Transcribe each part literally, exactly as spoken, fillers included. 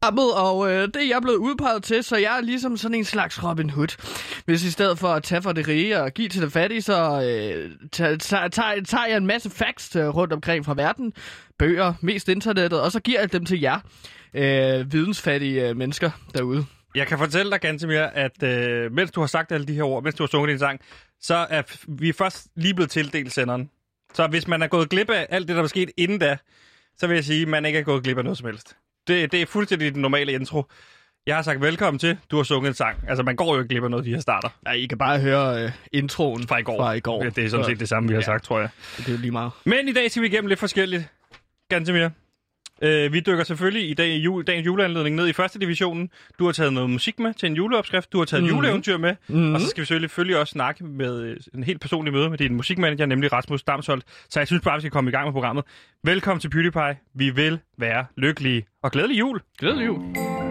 Og øh, det er jeg blevet udpeget til, så jeg er ligesom sådan en slags Robin Hood. Hvis i stedet for at tage for det rige og give til det fattige, så øh, tager, tager, tager jeg en masse facts rundt omkring fra verden, bøger, mest internettet, og så giver jeg dem til jer, øh, vidensfattige øh, mennesker derude. Jeg kan fortælle dig, Gantemir, at øh, mens du har sagt alle de her ord, mens du har sunget din sang, så er vi først lige blevet tildelt senderen. Så hvis man er gået glip af alt det, der var sket inden da, så vil jeg sige, at man ikke er gået glip af noget som helst. Det, det er fuldstændig den normale intro. Jeg har sagt velkommen til, du har sunget en sang. Altså, man går jo ikke glip af noget, de her starter. Nej, I kan bare høre øh, introen fra i går. Fra i går. Ja, det er sådan set det samme, vi har ja. sagt, tror jeg. Det er jo lige meget. Men i dag skal vi igennem lidt forskelligt, Gantemir. Øh, vi dykker selvfølgelig i dag i jul, dagens juleanledning ned i første divisionen. Du har taget noget musik med til en juleopskrift. Du har taget mm. juleeventyr med. Mm. Og så skal vi selvfølgelig også snakke med en helt personlig møde med din musikmanager, nemlig Rasmus Damsholdt. Så jeg synes bare, vi skal komme i gang med programmet. Velkommen til PewDiePie. Vi vil være lykkelige. Og glædelig jul. Glædelig jul.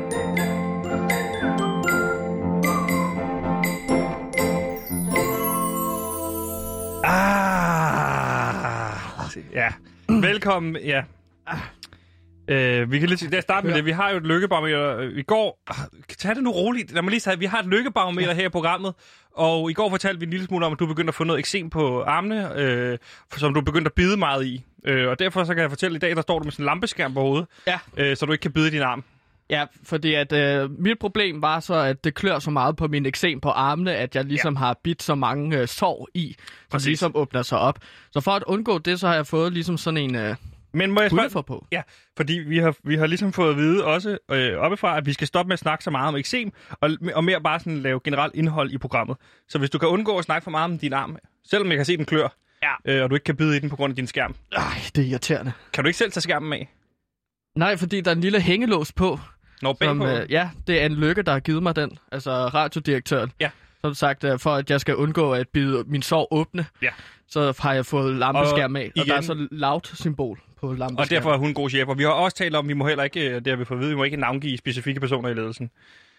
Ah. Ja. Velkommen. Ja. Øh, vi kan lige starte med det. Vi har jo et lykkebarometer. I går... Tag det nu roligt. Lad mig lige sige, vi har et lykkebarometer her i programmet. Og i går fortalte vi en lille smule om, at du begyndte at få noget eksem på armene, øh, som du begyndte at bide meget i. Øh, og derfor så kan jeg fortælle, at i dag der står du med sådan en lampeskærm på hovedet, ja. øh, så du ikke kan bide din arm. Ja, fordi at øh, mit problem var så, at det klør så meget på min eksem på armene, at jeg ligesom ja. har bidt så mange øh, sår i, som Præcis. ligesom åbner sig op. Så for at undgå det, så har jeg fået ligesom sådan en... Øh, Men må jeg spørge på? Ja, fordi vi har, vi har ligesom fået at vide også øh, oppefra, at vi skal stoppe med at snakke så meget om eksem, og, og mere bare sådan lave generelt indhold i programmet. Så hvis du kan undgå at snakke for meget om din arm, selvom jeg kan se, den klør, ja. øh, og du ikke kan bide i den på grund af din skærm. Ej, det er irriterende. Kan du ikke selv tage skærmen af? Nej, fordi der er en lille hængelås på. Nå, bagpå? Som, øh, ja, det er en Lykke, der har givet mig den, altså radiodirektøren. Ja. Som sagt, øh, for at jeg skal undgå at bide min sår åbne, ja. så har jeg fået lampeskærm af, og, og der er så lavt symbol på lampeskærm. Og derfor er hun en god chef, og vi har også talt om, at vi må heller ikke, det har vi fået at vide, vi må ikke navngive specifikke personer i ledelsen.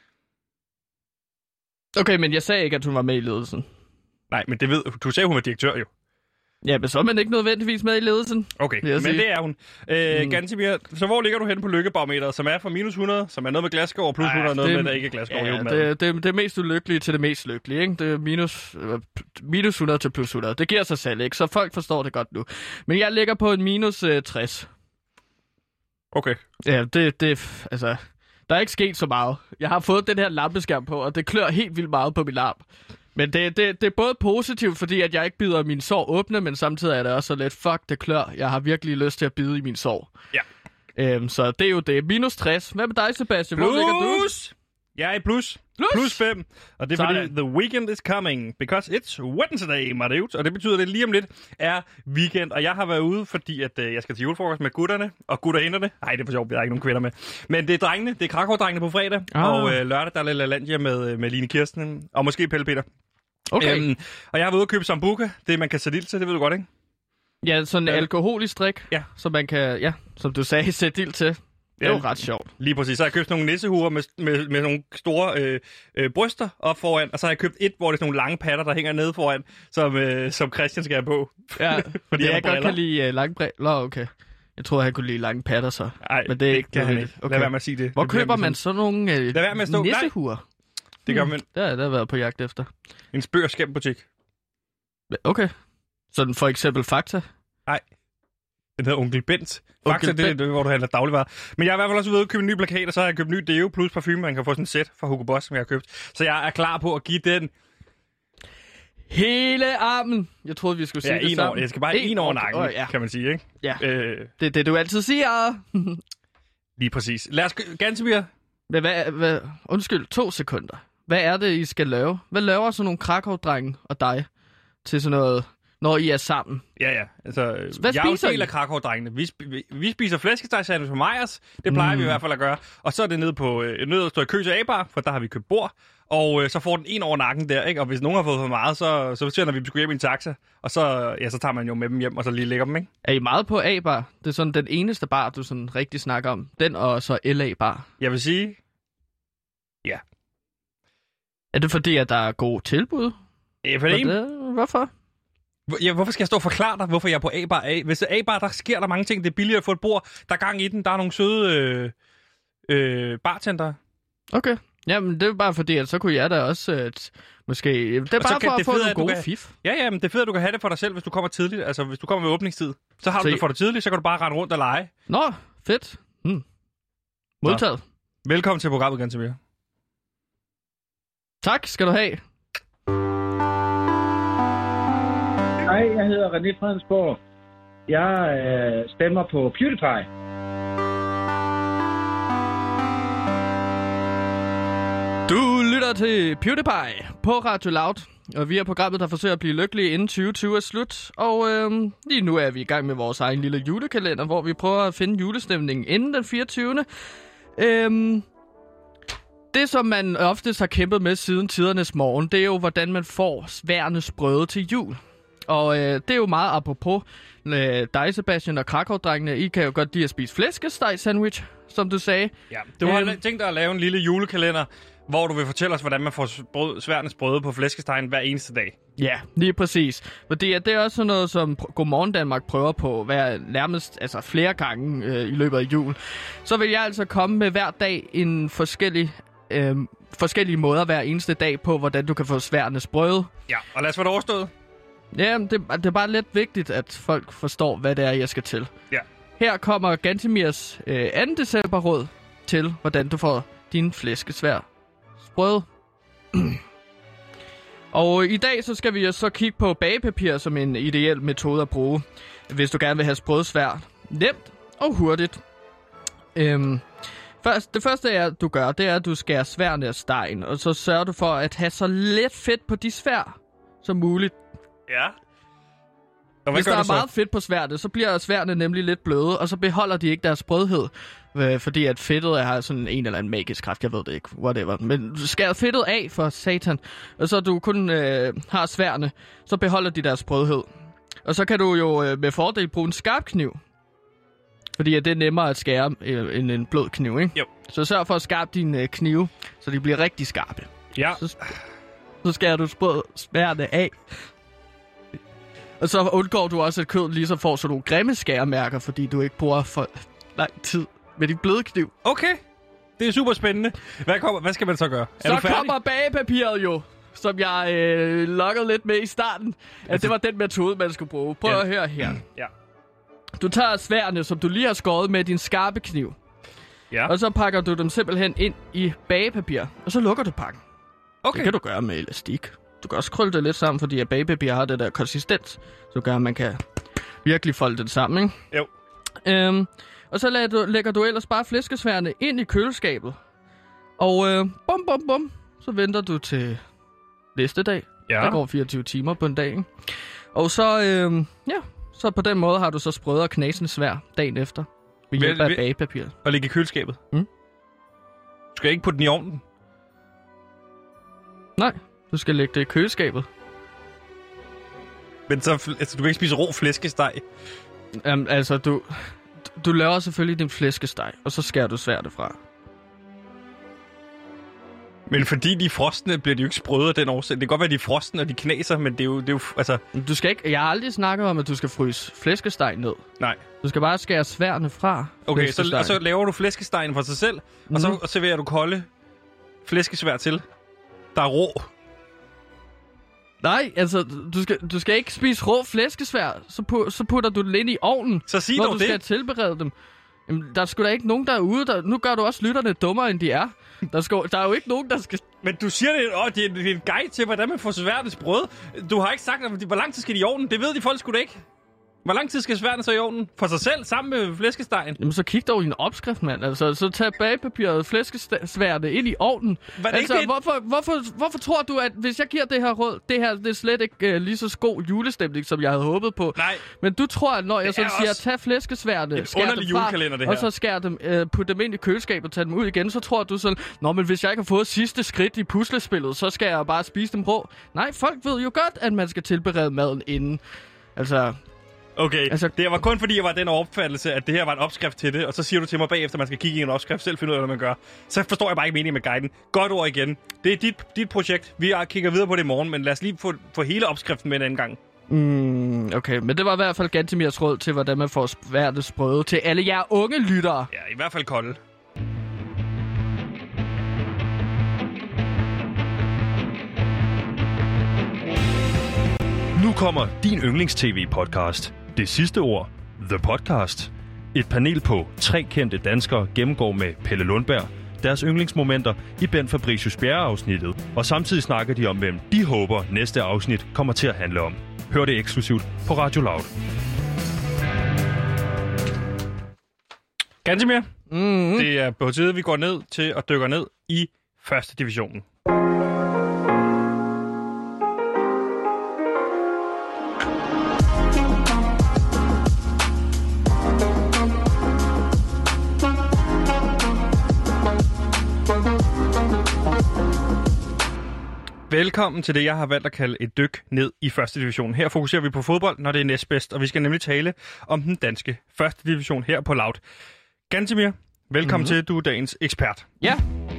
Okay, men jeg sagde ikke, at hun var med i ledelsen. Nej, men det ved du. sagde, hun var direktør jo. Ja, men så er man ikke nødvendigvis med i ledelsen. Okay, men sige. det er hun. Øh, mm. Gantemir, så hvor ligger du henne på lykkebarometeret, som er fra minus hundrede, som er noget med Glasgow, og plus Ej, hundrede, noget det, med, der ikke er Glasgow? Ja, jo, det, det, det er mest ulykkelige til det mest lykkelige, ikke? Det er minus, minus hundrede til plus hundrede. Det giver sig selv, ikke? Så folk forstår det godt nu. Men jeg ligger på en minus øh, tres. Okay. Ja, det, det, altså... Der er ikke sket så meget. Jeg har fået den her lampeskærm på, og det klør helt vildt meget på min arm. Men det, det, det er både positivt, fordi at jeg ikke bider min sår åbne, men samtidig er det også så lidt, fuck, det klør. Jeg har virkelig lyst til at bide i min sår. Ja. Øhm, så det er jo det. Minus tres. Hvad med dig, Sebastian? Plus! Hvor ligger du? Jeg er i plus. Plus? Plus fem. Og det er fordi, the weekend is coming, because it's Wednesday, my dude. Og det betyder, at det lige om lidt er weekend. Og jeg har været ude, fordi at, øh, jeg skal til julefrokost med gutterne og gutterinderne. Nej, det er for sjovt, der er ikke nogen kvinder med. Men det er drengene, det er Krakow-drengene på fredag. Ah. Og øh, lørdag, der er LaLandia med, med Line Kirsten og måske Pelle Peter. Okay. Øhm, og jeg har været ude og købe sambuca. Det, man kan sætte ild til, det ved du godt, ikke? Ja, sådan en alkoholisk drik, ja. som man kan, ja, som du sagde, sætte ild til. Det er ja, jo ret sjovt. Lige præcis. Så har jeg købt nogle nissehuer med, med, med nogle store øh, øh, bryster op foran, og så har jeg købt et, hvor det er nogle lange patter, der hænger nede foran, som, øh, som Christian skal have på. Ja, fordi jeg, jeg godt kan lide uh, lange briller. Nå, okay. Jeg troede, han kunne lide lange patter, så. Nej, men det er det ikke kan han ikke. Okay. Lad være med at sige det. Hvor det køber man sådan nogle øh, Lad være med at stå. nissehuer? Nej. Det gør man. Hmm, der har jeg været på jagt efter. En spøg- og skæmbutik. Okay. Sådan for eksempel Fakta? Nej. Den hedder Onkel Bent. Fakta, det er det, hvor du handler dagligvarer. Men jeg er i hvert fald også ude og købe en ny plakat, og så har jeg købt ny deo plus parfume. Man kan få sådan et sæt fra Hugo Boss, som jeg har købt. Så jeg er klar på at give den... hele armen! Jeg troede, vi skulle sige ja, det sammen. År. Jeg skal bare en, en over nakken, oh, ja. kan man sige, ikke? Ja, øh... det er det, du altid siger. Lige præcis. Lad os... Gantemir. Men hvad, hvad... Undskyld, to sekunder. Hvad er det, I skal lave? Hvad laver sådan nogle Krakow-drenge og dig til sådan noget... Når I er sammen. Ja, ja. Altså, hvad jeg er jo en del af Krakow-drengene. Vi, sp- vi, vi spiser flæskestegsandwich på Meyers. Det plejer mm. vi i hvert fald at gøre. Og så er det nede på øh, nede at stå i kø til A-bar, for der har vi købt bord. Og øh, så får den en over nakken der, ikke? Og hvis nogen har fået for meget, så, så sender vi skulle hjem i en taxa. Og så, ja, så tager man jo med dem hjem, og så lige lægger dem, ikke? Er I meget på A-bar? Det er sådan den eneste bar, du sådan rigtig snakker om. Den og så L A-bar. Jeg vil sige... Ja. Er det fordi, at der er gode tilbud? Ja, for det det, hvorfor? Ja, hvorfor skal jeg stå og forklare dig, hvorfor jeg er på A-bar A? Hvis det er A-bar, der sker der mange ting. Det er billigere at få et bord. Der er gang i den. Der er nogle søde... Øh, øh, bartender. Okay. Jamen, det er bare fordi, at så kunne jeg da også øh, måske... Det er Og bare kan, for at det få fede, nogle at du gode kan, fif. Ja, ja, men det er fedt, at du kan have det for dig selv, hvis du kommer tidligt. Altså, hvis du kommer ved åbningstid, så har du Se. det for dig tidligt, så kan du bare rende rundt og lege. Nå, fedt. Hmm. Modtaget. Nå. Velkommen til programmet, Gantemir. Tak skal du have. Hej, jeg hedder René Fredensborg. Jeg øh, stemmer på PewDiePie. Du lytter til PewDiePie på Radio Loud, og vi er programmet, der forsøger at blive lykkelige inden tyve tyve er slut. Og øh, lige nu er vi i gang med vores egen lille julekalender, hvor vi prøver at finde julestemningen inden den fireogtyvende Øh, det, som man oftest har kæmpet med siden tidernes morgen, det er jo, hvordan man får sværnes brøde til jul. Og øh, det er jo meget apropos øh, dig, Sebastian, og Krakow-drengene. I kan jo godt lide at spise flæskesteg-sandwich, som du sagde. Ja, du har Øhm. tænkt dig at lave en lille julekalender, hvor du vil fortælle os, hvordan man får brød, sværnes brøde på flæskestegen hver eneste dag. Ja, lige præcis. Fordi at det er også sådan noget, som Godmorgen Danmark prøver på hver, nærmest altså flere gange øh, i løbet af jul. Så vil jeg altså komme med hver dag en forskellig, øh, forskellige måder hver eneste dag på, hvordan du kan få sværnes brøde. Ja, og lad os få det overstået. Ja, det, det er bare lidt vigtigt, at folk forstår, hvad det er, jeg skal til. Ja. Her kommer Gantemirs øh, anden december-råd til, hvordan du får din flæskesvær brød. Og i dag så skal vi så kigge på bagepapir som en ideel metode at bruge, hvis du gerne vil have brødsvær nemt og hurtigt. Øhm, først, det første, er, du gør, det er, at du skærer sværene af stegen, og så sørger du for at have så lidt fedt på de svær som muligt. Ja. Og Hvis hvad der gør er du så? meget fedt på sværene, så bliver sværene nemlig lidt bløde, og så beholder de ikke deres sprødhed. Øh, fordi at fedtet har sådan en eller anden magisk kraft, jeg ved det ikke, whatever. Men skær fedtet af for satan, og så du kun øh, har sværene, så beholder de deres sprødhed. Og så kan du jo øh, med fordel bruge en skarp kniv. Fordi at det er nemmere at skære øh, end en blød kniv, ikke? Jo. Så sørg for at skarpe dine øh, knive, så de bliver rigtig skarpe. Ja. Så, så skærer du sprød sværene af. Og så undgår du også, at kødet lige så får sådan nogle grimme skæremærker, fordi du ikke bruger for lang tid med din bløde kniv. Okay. Det er super spændende. Hvad, kommer, hvad skal man så gøre? Er Så du færdig? kommer bagepapiret jo, som jeg øh, lokkede lidt med i starten. At Altså- det var den metode, man skulle bruge. Prøv Ja. at høre her. Ja. Du tager sværene, som du lige har skåret med din skarpe kniv. Ja. Og så pakker du dem simpelthen ind i bagepapir. Og så lukker du pakken. Okay. Det kan du gøre med elastik. Du kan også krølle det lidt sammen, fordi at bagepapir har det der konsistens. Så gør, at man kan virkelig folde det sammen, ikke? Jo. Øhm, og så lægger du, lægger du ellers bare flæskesværene ind i køleskabet. Og øh, bum, bum, bum. Så venter du til næste dag. Ja. Der går fireogtyve timer på en dag, ikke? Og så, øh, ja, så på den måde har du så sprødere knasende svær dagen efter. Ved hjælp Vel, af vel- bagepapir. Og ligge i køleskabet. Mm. Du skal ikke putte den i ovnen. Nej, du skal lægge det i køleskabet. Men så, altså, du kan ikke spise rå flæskesteg. Um, altså, du, du laver selvfølgelig din flæskesteg, og så skærer du sværdet fra. Men fordi de er frostne, bliver de jo ikke sprøde af den årsag. Det kan godt være, de er frostne, og de knaser, men det er jo... Det er jo altså, Du skal ikke, jeg har aldrig snakket om, at du skal fryse flæskesteg ned. nej. Du skal bare skære sværene fra Okay, så, flæskestegen. og så laver du flæskestegen for sig selv, mm. og så og serverer du kolde flæskesvær til, der er rå. Nej, altså, du skal, du skal ikke spise rå flæskesvær, så, pu- så putter du den ind i ovnen, Så sig hvor dog du det. skal tilberede dem. Jamen, der er sgu da ikke nogen derude, der... Nu gør du også lytterne dummere, end de er. Der, skal, der er jo ikke nogen, der skal... Men du siger, det, åh, det, er, det er en guide til, hvordan man får sværnes brød. Du har ikke sagt, hvor lang tid skal de i ovnen. Det ved de folk sgu da ikke. Hvor lang tid skal sværene så i ovnen? For sig selv, sammen med flæskestegen? Jamen, så kig dog i en opskrift, mand. Altså, så tag bagepapiret og flæskesværene ind i ovnen. Var det Altså, ikke det? hvorfor, hvorfor, hvorfor tror du, at hvis jeg giver det her råd, det her det er slet ikke uh, lige så god julestemning, som jeg havde håbet på. Nej. Men du tror, at når jeg Det så er siger, også tag flæskesværene, en skær underlig dem fra, julekalender, det og her. så skær dem, uh, put dem ind i køleskabet og tag dem ud igen, så tror du sådan, nå, men hvis jeg ikke har fået sidste skridt i puslespillet, så skal jeg bare spise dem rå. Nej, folk ved jo godt, at man skal tilberede maden inden. Altså, Okay, Altså- altså, det var kun fordi, jeg var den opfattelse, at det her var en opskrift til det, og så siger du til mig bagefter, at man skal kigge i en opskrift, selv finde ud af, hvad man gør. Så forstår jeg bare ikke meningen med guiden. Godt ord igen. Det er dit, dit projekt. Vi kigger videre på det i morgen, men lad os lige få, få hele opskriften med en anden gang. Mm, okay, men det var i hvert fald Gantemirs råd til, hvordan man får sværtes brøde til alle jer unge lyttere. Ja, i hvert fald kolde. Nu kommer din yndlings-tv-podcast. Det sidste ord. The Podcast. Et panel på tre kendte danskere gennemgår med Pelle Lundberg deres yndlingsmomenter i Ben Fabricius Bjerre-afsnittet. Og samtidig snakker de om, hvem de håber næste afsnit kommer til at handle om. Hør det eksklusivt på Radio Loud. Gantemir, Mm-hmm. det er på tide, vi går ned til og dykker ned i første divisionen. Velkommen til det, jeg har valgt at kalde et dyk ned i første division. Her fokuserer vi på fodbold, når det er næstbedst, og vi skal nemlig tale om den danske første division her på Loud. Gantemir, velkommen mm-hmm. til, du er dagens ekspert. Ja.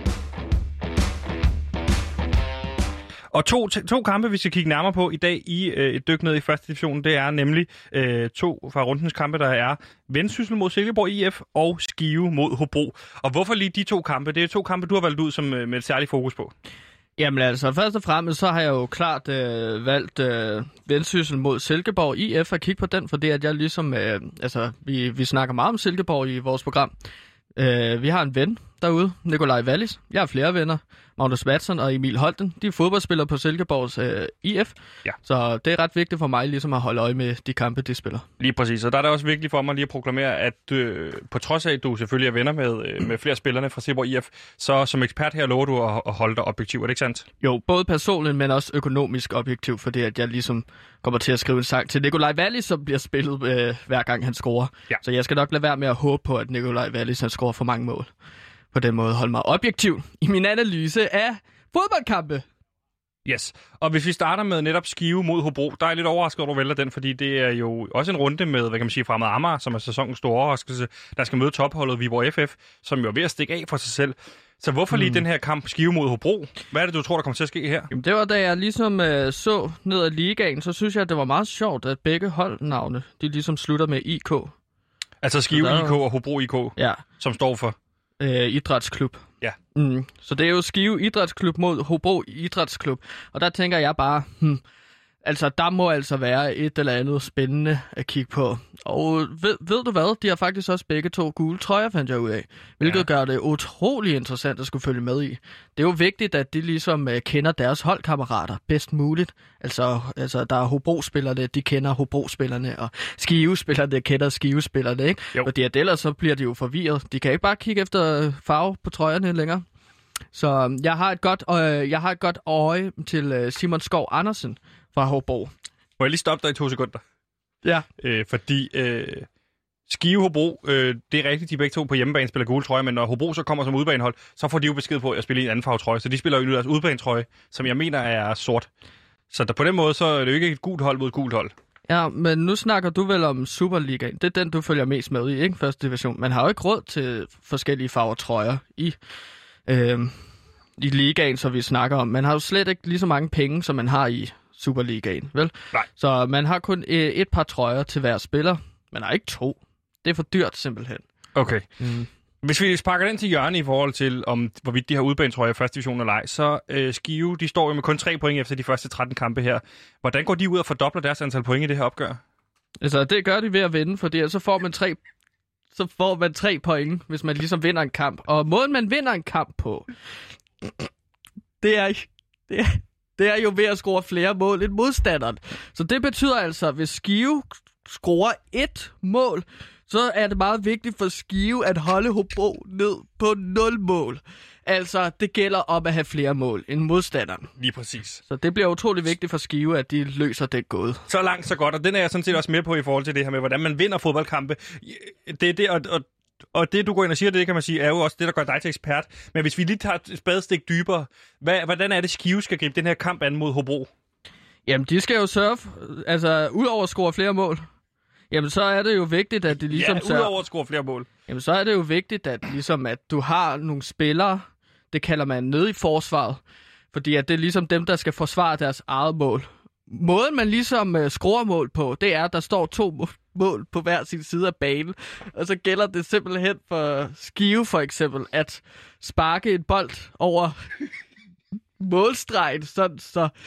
Og to, to kampe, vi skal kigge nærmere på i dag i øh, et dyk ned i første division, det er nemlig øh, to fra rundens kampe, der er Vendsyssel mod Silkeborg I F og Skive mod Hobro. Og hvorfor lige de to kampe? Det er to kampe, du har valgt ud som, øh, med et særligt fokus på. Jamen altså, først og fremmest så har jeg jo klart øh, valgt øh, Vendsyssel mod Silkeborg I F at kigge på den, fordi at jeg ligesom, øh, altså, vi, vi snakker meget om Silkeborg i vores program. Øh, vi har en ven derude, Nikolaj Wallis. Jeg har flere venner, Magnus Madsen og Emil Holten. De er fodboldspillere på Silkeborgs øh, I F, ja. Så det er ret vigtigt for mig ligesom at holde øje med de kampe, de spiller. Lige præcis, og der er det også vigtigt for mig lige at proklamere, at øh, på trods af, at du selvfølgelig er venner med, øh, med flere spillerne fra Silkeborg I F, så som ekspert her lover du at, at holde dig objektiv, er det ikke sandt? Jo, både personligt, men også økonomisk objektiv, fordi at jeg ligesom kommer til at skrive en sang til Nikolaj Wallis, som bliver spillet øh, hver gang han scorer. Ja. Så jeg skal nok lade være med at håbe på, at Nikolaj Wallis han scorer for mange mål. På den måde holde mig objektiv i min analyse af fodboldkampe. Yes, og hvis vi starter med netop Skive mod Hobro, der er jeg lidt overrasket over, at du vælger den, fordi det er jo også en runde med, hvad kan man sige, Fremad Amager, som er sæsonens store overraskelse, der skal møde topholdet Viborg F F, som jo er ved at stikke af for sig selv. Så hvorfor lige mm. den her kamp Skive mod Hobro? Hvad er det, du tror, der kommer til at ske her? Jamen, det var, da jeg ligesom øh, så ned ad ligaen, så synes jeg, at det var meget sjovt, at begge holdnavne, de ligesom slutter med I K. Altså Skive der... I K og Hobro I K, ja. Som står for? Øh, idrætsklub. Ja. Mm. Så det er jo Skive Idrætsklub mod Hobro Idrætsklub. Og der tænker jeg bare, hmm, altså der må altså være et eller andet spændende at kigge på. Og ved, ved du hvad, de har faktisk også begge to gule trøjer, fandt jeg ud af. Hvilket ja. gør det utrolig interessant at skulle følge med i. Det er jo vigtigt, at de ligesom uh, kender deres holdkammerater bedst muligt. Altså, altså der er Hobro-spillerne, de kender Hobro-spillerne, og Skive-spillerne kender Skive-spillerne, ikke? Jo. Fordi at ellers så bliver de jo forvirret. De kan ikke bare kigge efter farve på trøjerne længere. Så jeg har et godt, øh, jeg har et godt øje til øh, Simon Skov Andersen fra Hobro. Må jeg lige stoppe dig i to sekunder? Ja. Øh, fordi øh, Skive Hobro, øh, det er rigtigt, de begge to på hjemmebane spiller gule trøje, men når Hobro så kommer som udbanehold, så får de jo besked på at spille i en anden farve trøje. Så de spiller jo i deres udbanetrøje, som jeg mener er sort. Så der, på den måde, så er det jo ikke et gult hold mod et gult hold. Ja, men nu snakker du vel om Superligaen. Det er den, du følger mest med i, ikke? Første division. Man har jo ikke råd til forskellige farver trøjer i... Øh, i ligaen, så vi snakker om. Man har jo slet ikke lige så mange penge, som man har i Superligaen, vel? Nej. Så man har kun øh, et par trøjer til hver spiller. Man har ikke to. Det er for dyrt, simpelthen. Okay. Mm. Hvis vi sparker den til hjørne i forhold til, om hvorvidt de har udbanetrøjer i første division eller ej, så øh, Skive, de står jo med kun tre point efter de første tretten kampe her. Hvordan går de ud og fordobler deres antal point i det her opgør? Altså, det gør de ved at vinde, fordi så får man tre så får man tre point, hvis man ligesom vinder en kamp. Og måden, man vinder en kamp på, det er, det er, det er jo ved at score flere mål end modstanderen. Så det betyder altså, at hvis Skive scorer et mål, så er det meget vigtigt for Skive at holde Hobro ned på nul mål. Altså, det gælder om at have flere mål end modstanderen. Lige præcis. Så det bliver utrolig vigtigt for Skive, at de løser det gåde. Så langt, så godt. Og den er jeg sådan set også med på i forhold til det her med, hvordan man vinder fodboldkampe. Det er det, og, og, og det, du går ind og siger, det kan man sige, er jo også det, der gør dig til ekspert. Men hvis vi lige tager et spadestik dybere, hvad, hvordan er det, Skive skal gribe den her kamp an mod Hobro? Jamen, de skal jo sørge, altså, udover at score flere mål, jamen, så er det jo vigtigt, at det ligesom... Ja, udover at score flere mål. Jamen, så er det jo vigtigt, at, ligesom, at du har nogle spillere, det kalder man nede i forsvaret, fordi at det er ligesom dem, der skal forsvare deres eget mål. Måden, man ligesom uh, scorer mål på, det er, at der står to mål på hver sin side af banen, og så gælder det simpelthen for Skive, for eksempel, at sparke en bold over målstregen, sådan så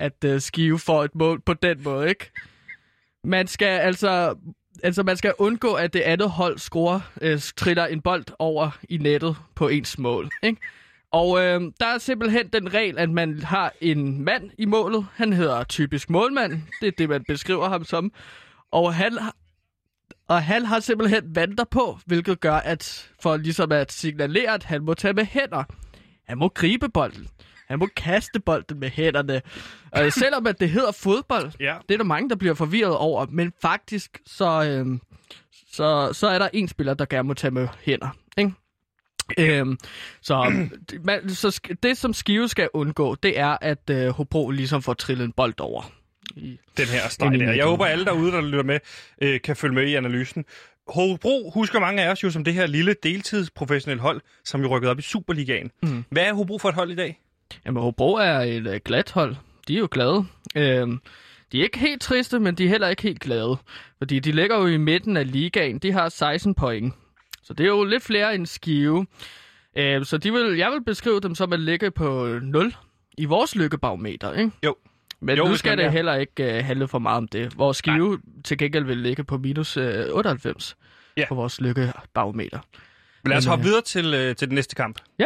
at uh, Skive får et mål på den måde, ikke? Man skal altså... Altså, man skal undgå, at det andet hold scorer, øh, triller en bold over i nettet på ens mål, ikke? Og øh, der er simpelthen den regel, at man har en mand i målet. Han hedder typisk målmand. Det er det, man beskriver ham som. Og han, og han har simpelthen vanter på, hvilket gør, at for ligesom at signalere, at han må tage med hænder. Han må gribe bolden. Han må kaste bolden med hænderne. Og selvom at det hedder fodbold, ja. det er der mange, der bliver forvirret over. Men faktisk, så, øh, så, så er der en spiller, der gerne må tage med hænder, ikke? Øhm, så, man, så det, som Skive skal undgå, det er, at øh, Hobro ligesom får trillet en bold over. I, den her streg der. Jeg håber, alle derude, der lytter med, øh, kan følge med i analysen. Hobro husker mange af os jo som det her lille deltidsprofessionelle hold, som jo rykkede op i Superligaen. Mm. Hvad er Hobro for et hold i dag? Jamen, Hobro er et uh, glat hold. De er jo glade. Øhm, de er ikke helt triste, men de er heller ikke helt glade. Fordi de ligger jo i midten af ligaen. De har seksten point. Så det er jo lidt flere end Skive. Øh, så de vil, jeg vil beskrive dem som at ligge på nul i vores lykkebarometer, ikke? Jo. Men jo, nu skal det er. heller ikke uh, handle for meget om det. Hvor Skive Nej. til gengæld vil ligge på minus uh, otteoghalvfems ja. på vores lykkebarometer. Lad os hoppe uh, videre til, uh, til den næste kamp. Ja.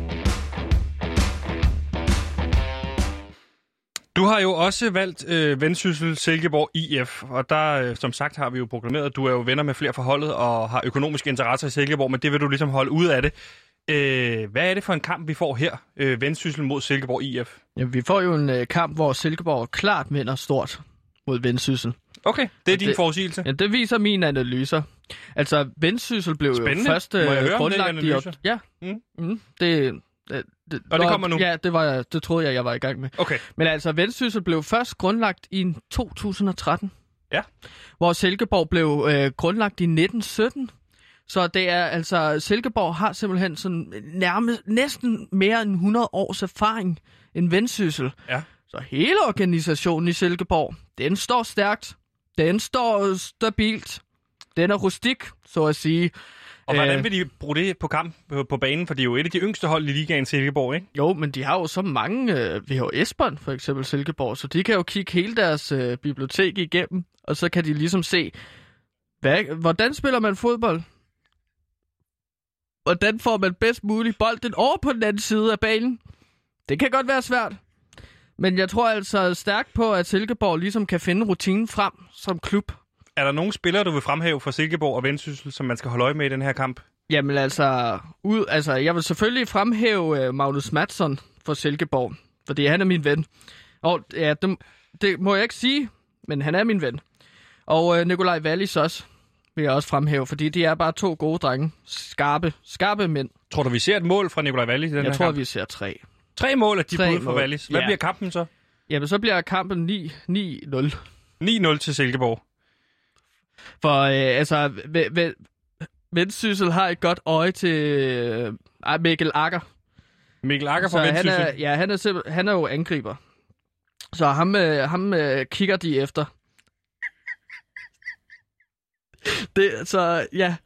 Du har jo også valgt øh, Vendsyssel Silkeborg I F, og der, øh, som sagt, har vi jo proklameret, at du er jo venner med flere fra holdet og har økonomiske interesser i Silkeborg, men det vil du ligesom holde ud af det. Øh, hvad er det for en kamp, vi får her? Øh, Vendsyssel mod Silkeborg I F? Ja, vi får jo en øh, kamp, hvor Silkeborg klart vinder stort mod Vendsyssel. Okay, det er din det, forudsigelse. Ja, det viser mine analyser. Altså, Vendsyssel blev Spændende. jo først øh, grundlagt i... Ja, mm. Mm, det... Det, det, og det kommer nu? Ja, det, var jeg, det troede jeg, jeg var i gang med. Okay. Men altså, Vendsyssel blev først grundlagt i to tusind og tretten. Ja. Hvor Silkeborg blev øh, grundlagt i nitten sytten. Så det er altså, Silkeborg har simpelthen sådan nærmest, næsten mere end hundrede års erfaring end Vendsyssel. Ja. Så hele organisationen i Silkeborg, den står stærkt. Den står stabilt. Den er rustik, så at sige. Og hvordan vil de bruge det på kamp på, på banen? For det er jo et af de yngste hold i ligaen, Silkeborg, ikke? Jo, men de har jo så mange øh, V H S-bånd, for eksempel Silkeborg, så de kan jo kigge hele deres øh, bibliotek igennem, og så kan de ligesom se, hvad, hvordan spiller man fodbold? Hvordan får man bedst muligt bolden over på den anden side af banen? Det kan godt være svært. Men jeg tror altså stærkt på, at Silkeborg ligesom kan finde rutinen frem som klub. Er der nogle spillere, du vil fremhæve for Silkeborg og Vendsyssel, som man skal holde øje med i den her kamp? Jamen altså, ud, altså jeg vil selvfølgelig fremhæve uh, Magnus Mattsson for Silkeborg, fordi han er min ven. Og ja, det, det må jeg ikke sige, men han er min ven. Og uh, Nikolaj Wallis også vil jeg også fremhæve, fordi de er bare to gode drenge. Skarpe, skarpe mænd. Tror du, vi ser et mål fra Nikolaj Wallis i den jeg her tror, kamp? vi ser tre. Tre mål af de tre bud fra Wallis. Hvad ja. bliver kampen så? Jamen, så bliver kampen ni nul. ni nul til Silkeborg. For øh, altså, Vendsyssel har et godt øje til øh, Mikkel Akker. Mikkel Akker fra Vendsyssel? Han er, ja, han er, simpel, han er jo angriber. Så ham, øh, ham øh, kigger de efter. Det, så ja.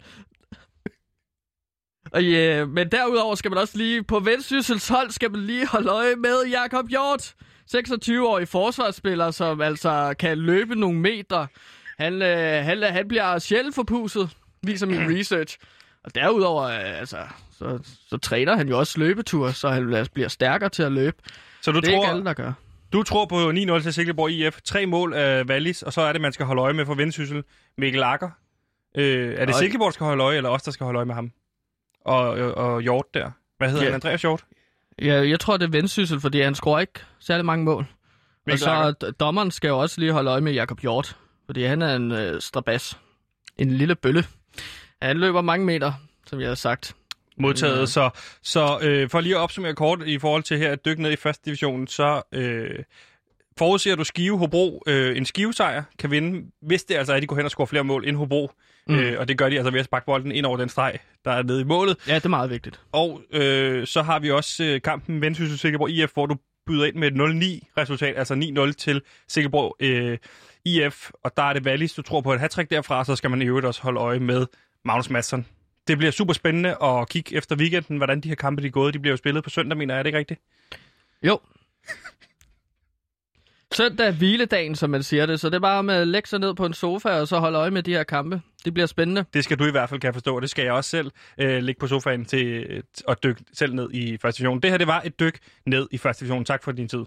Og, ja. Men derudover skal man også lige, på Vendsyssels hold skal man lige holde øje med Jakob Hjort. seksogtyve-årig forsvarsspiller, som altså kan løbe nogle meter. Han, øh, han, han bliver sjældent forpudset, viser min research. Og derudover, øh, altså, så, så træner han jo også løbetur, så han altså, bliver stærkere til at løbe. Så du det er tror, ikke alle, der gør. Du tror på ni nul til Silkeborg I F, tre mål af Wallis, og så er det, man skal holde øje med for Vendsyssel. Mikkel Akker. Øh, er det og... Silkeborg, der skal holde øje, eller os, der skal holde øje med ham? Og, og, og Hjort der. Hvad hedder ja. han? Andreas Hjort? Ja, jeg tror, det er Vendsyssel, fordi han scorer ikke særlig mange mål. Mikkel og så Akker. Dommeren skal jo også lige holde øje med Jakob Hjort. Fordi han er en øh, strabas. En lille bølle. Han løber mange meter, som jeg har sagt. Modtaget. Så, så øh, for lige at opsummere kort i forhold til her at dykke ned i første division, så øh, forudser du Skive Hobro. Øh, en Skive-sejr kan vinde, hvis det altså er, at de går hen og scorer flere mål end Hobro. Mm. Øh, og det gør de altså ved at sparke bolden ind over den streg, der er nede i målet. Ja, det er meget vigtigt. Og øh, så har vi også øh, kampen Vendsyssel Silkeborg I F, hvor du byder ind med et nul ni resultat, altså ni nul til Silkeborg øh, I F, og der er det Wallis, du tror på et hattrick derfra, så skal man i øvrigt også holde øje med Magnus Mattsson. Det bliver super spændende at kigge efter weekenden, hvordan de her kampe de er gået. De bliver jo spillet på søndag, mener jeg. Er det ikke rigtigt? Jo. Søndag er hviledagen, som man siger det, så det er bare med at lægge sig ned på en sofa og så holde øje med de her kampe. Det bliver spændende. Det skal du i hvert fald, kan jeg forstå, og det skal jeg også selv øh, ligge på sofaen til øh, at dykke selv ned i første division. Det her, det var et dyk ned i første division. Tak for din tid.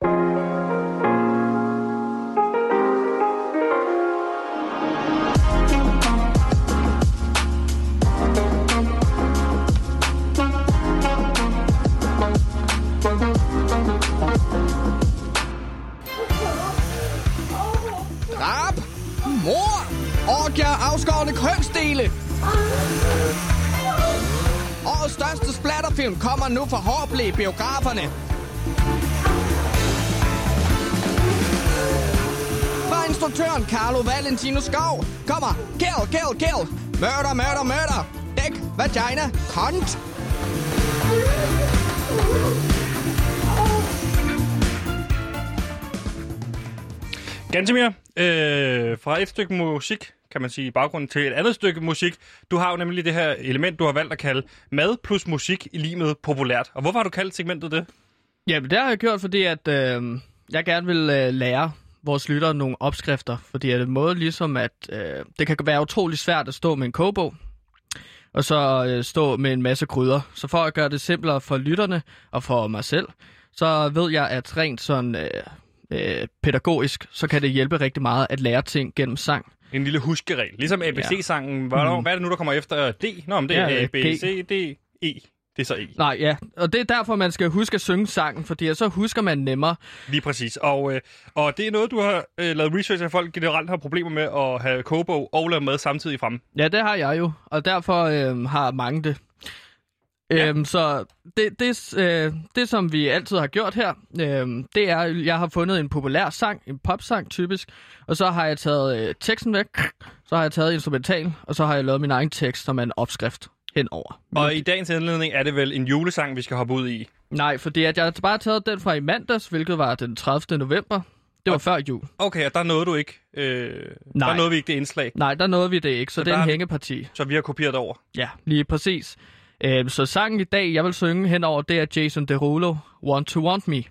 Drab, mor, orgier, afskårne kønsdele. Årets største splatterfilm kommer nu fra Hårble biograferne. Fra instruktøren Carlo Valentino Skov kommer Kill, Kill, Kill, Murder, Murder, Murder, Dick, Vagina, Cunt. Gantemir, øh, fra et stykke musik, kan man sige, i baggrunden til et andet stykke musik. Du har jo nemlig det her element, du har valgt at kalde mad plus musik i lige med populært. Og hvorfor har du kaldt segmentet det? Jamen, det har jeg gjort, fordi at, øh, jeg gerne vil øh, lære vores lyttere nogle opskrifter. Fordi at en måde ligesom, at øh, det kan være utrolig svært at stå med en kogebog, og så øh, stå med en masse krydder. Så for at gøre det simplere for lytterne og for mig selv, så ved jeg, at rent sådan øh, øh, pædagogisk, så kan det hjælpe rigtig meget at lære ting gennem sang. En lille huskeregel. Ligesom A B C-sangen. Hvad, mm. hvad er det nu, der kommer efter D? Nå, men det er ja, A, B, G. C, D, E. Det er så E. Nej, ja. Og det er derfor, man skal huske at synge sangen, fordi så husker man nemmere. Lige præcis. Og, øh, og det er noget, du har øh, lavet research, at folk generelt har problemer med at have kogebog og lave mad samtidig frem. Ja, det har jeg jo. Og derfor øh, har mange det. Ja. Øhm, så det, det, øh, det, som vi altid har gjort her, øh, det er, at jeg har fundet en populær sang, en popsang typisk, og så har jeg taget øh, teksten væk, så har jeg taget instrumental, og så har jeg lavet min egen tekst som en opskrift henover. Og i dagens indledning er det vel en julesang, vi skal hoppe ud i? Nej, fordi at jeg har bare taget den fra i mandags, hvilket var den tredivte november. Det var og, før jul. Okay, og der nåede du ikke? Øh, der nåede vi ikke det indslag? Nej, der nåede vi det ikke, så, så det er en hængeparti. Så vi har kopieret over? Ja, lige præcis. Øh, så sangen i dag, jeg vil synge henover, det er Jason Derulo, Want to Want Me.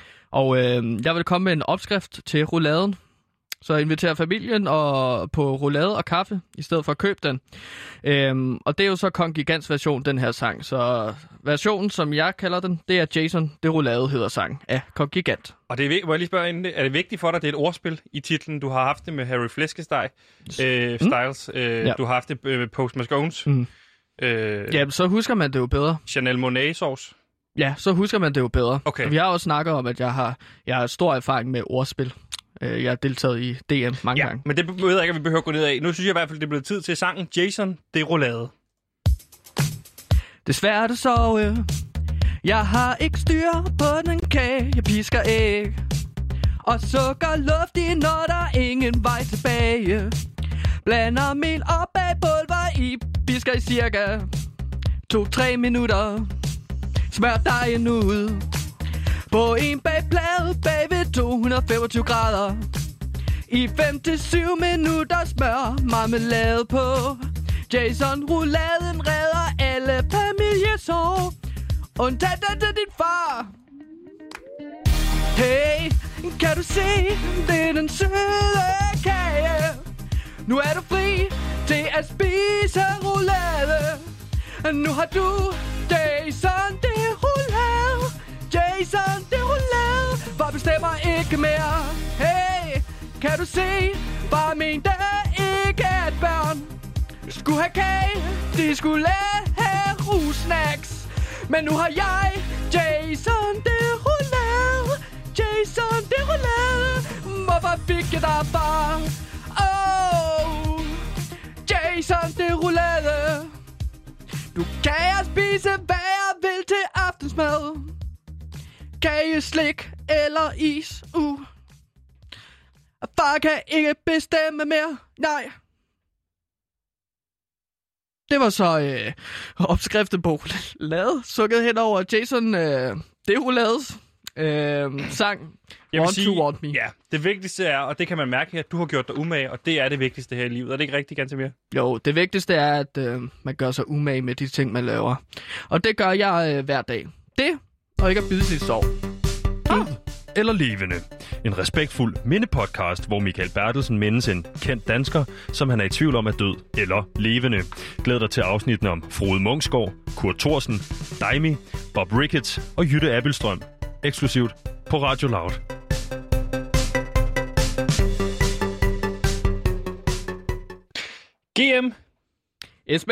Og øh, jeg vil komme med en opskrift til rouladen. Så jeg inviterer familien og på roulade og kaffe, i stedet for at købe den. Øhm, og det er jo så Kong Gigants version, den her sang. Så versionen, som jeg kalder den, det er Jason Derulo hedder sang af Kong Gigant. Og det er, må jeg lige spørge inden det, er det vigtigt for dig, at det er et ordspil i titlen? Du har haft det med Harry Flæskesteg, øh, Styles, øh, ja. Du har haft det med Post Mascones. Mm. Øh, ja, så husker man det jo bedre. Chanel Monáe sauce. Ja, så husker man det jo bedre. Okay. Og vi har også snakket om, at jeg har, jeg har stor erfaring med ordspil. Jeg har deltaget i D M mange ja, gange. Men det ved jeg ikke, at vi behøver at gå ned af. Nu synes jeg i hvert fald, det er blevet tid til sangen Jason Derulo. Det er svært at sove. Jeg har ikke styr på den kage. Jeg pisker æg. Og sukker luft i, når der er ingen vej tilbage. Blander mel og bag pulver i. Pisker i cirka to-tre minutter. Smør dejen ud. På en bagplade bag ved to hundrede og femogtyve grader. I fem til syv minutter smør marmelade på. Jason rouladen redder alle familiesår. Undtagen til din far. Hey, kan du se, det er den søde kage. Nu er du fri til at spise roulade. Nu har du Jason Derulo. Jason Derulo, for bestemmer ikke mere. Hey, kan du se, bare mente ikke at børn skulle have kage, de skulle have rusnacks. Men nu har jeg Jason Derulo, Jason Derulo. Hvorfor fik jeg dig, far? Oh, Jason Derulo. Du kan spise, hvad jeg vil til aftensmad. Kage, slik eller is, uh. Far kan ikke bestemme mere, nej. Det var så øh, opskriften på lavet, sukket hen over Jason øh, Derulades øh, sang Want sige, to Want Me. Ja, det vigtigste er, og det kan man mærke, at du har gjort dig umage, og det er det vigtigste her i livet. Er det ikke rigtigt, Gantemir? Jo, det vigtigste er, at øh, man gør sig umage med de ting, man laver. Og det gør jeg øh, hver dag. Det, og ikke at bide sit sov. Ah. eller levende. En respektfuld mindepodcast, hvor Michael Bertelsen mindes en kendt dansker, som han er i tvivl om er død eller levende. Glæd dig til afsnittene om Frode Munksgaard, Kurt Thorsen, Daimi, Bob Ricketts og Jytte Abildstrøm. Eksklusivt på Radio Loud. G M. S B.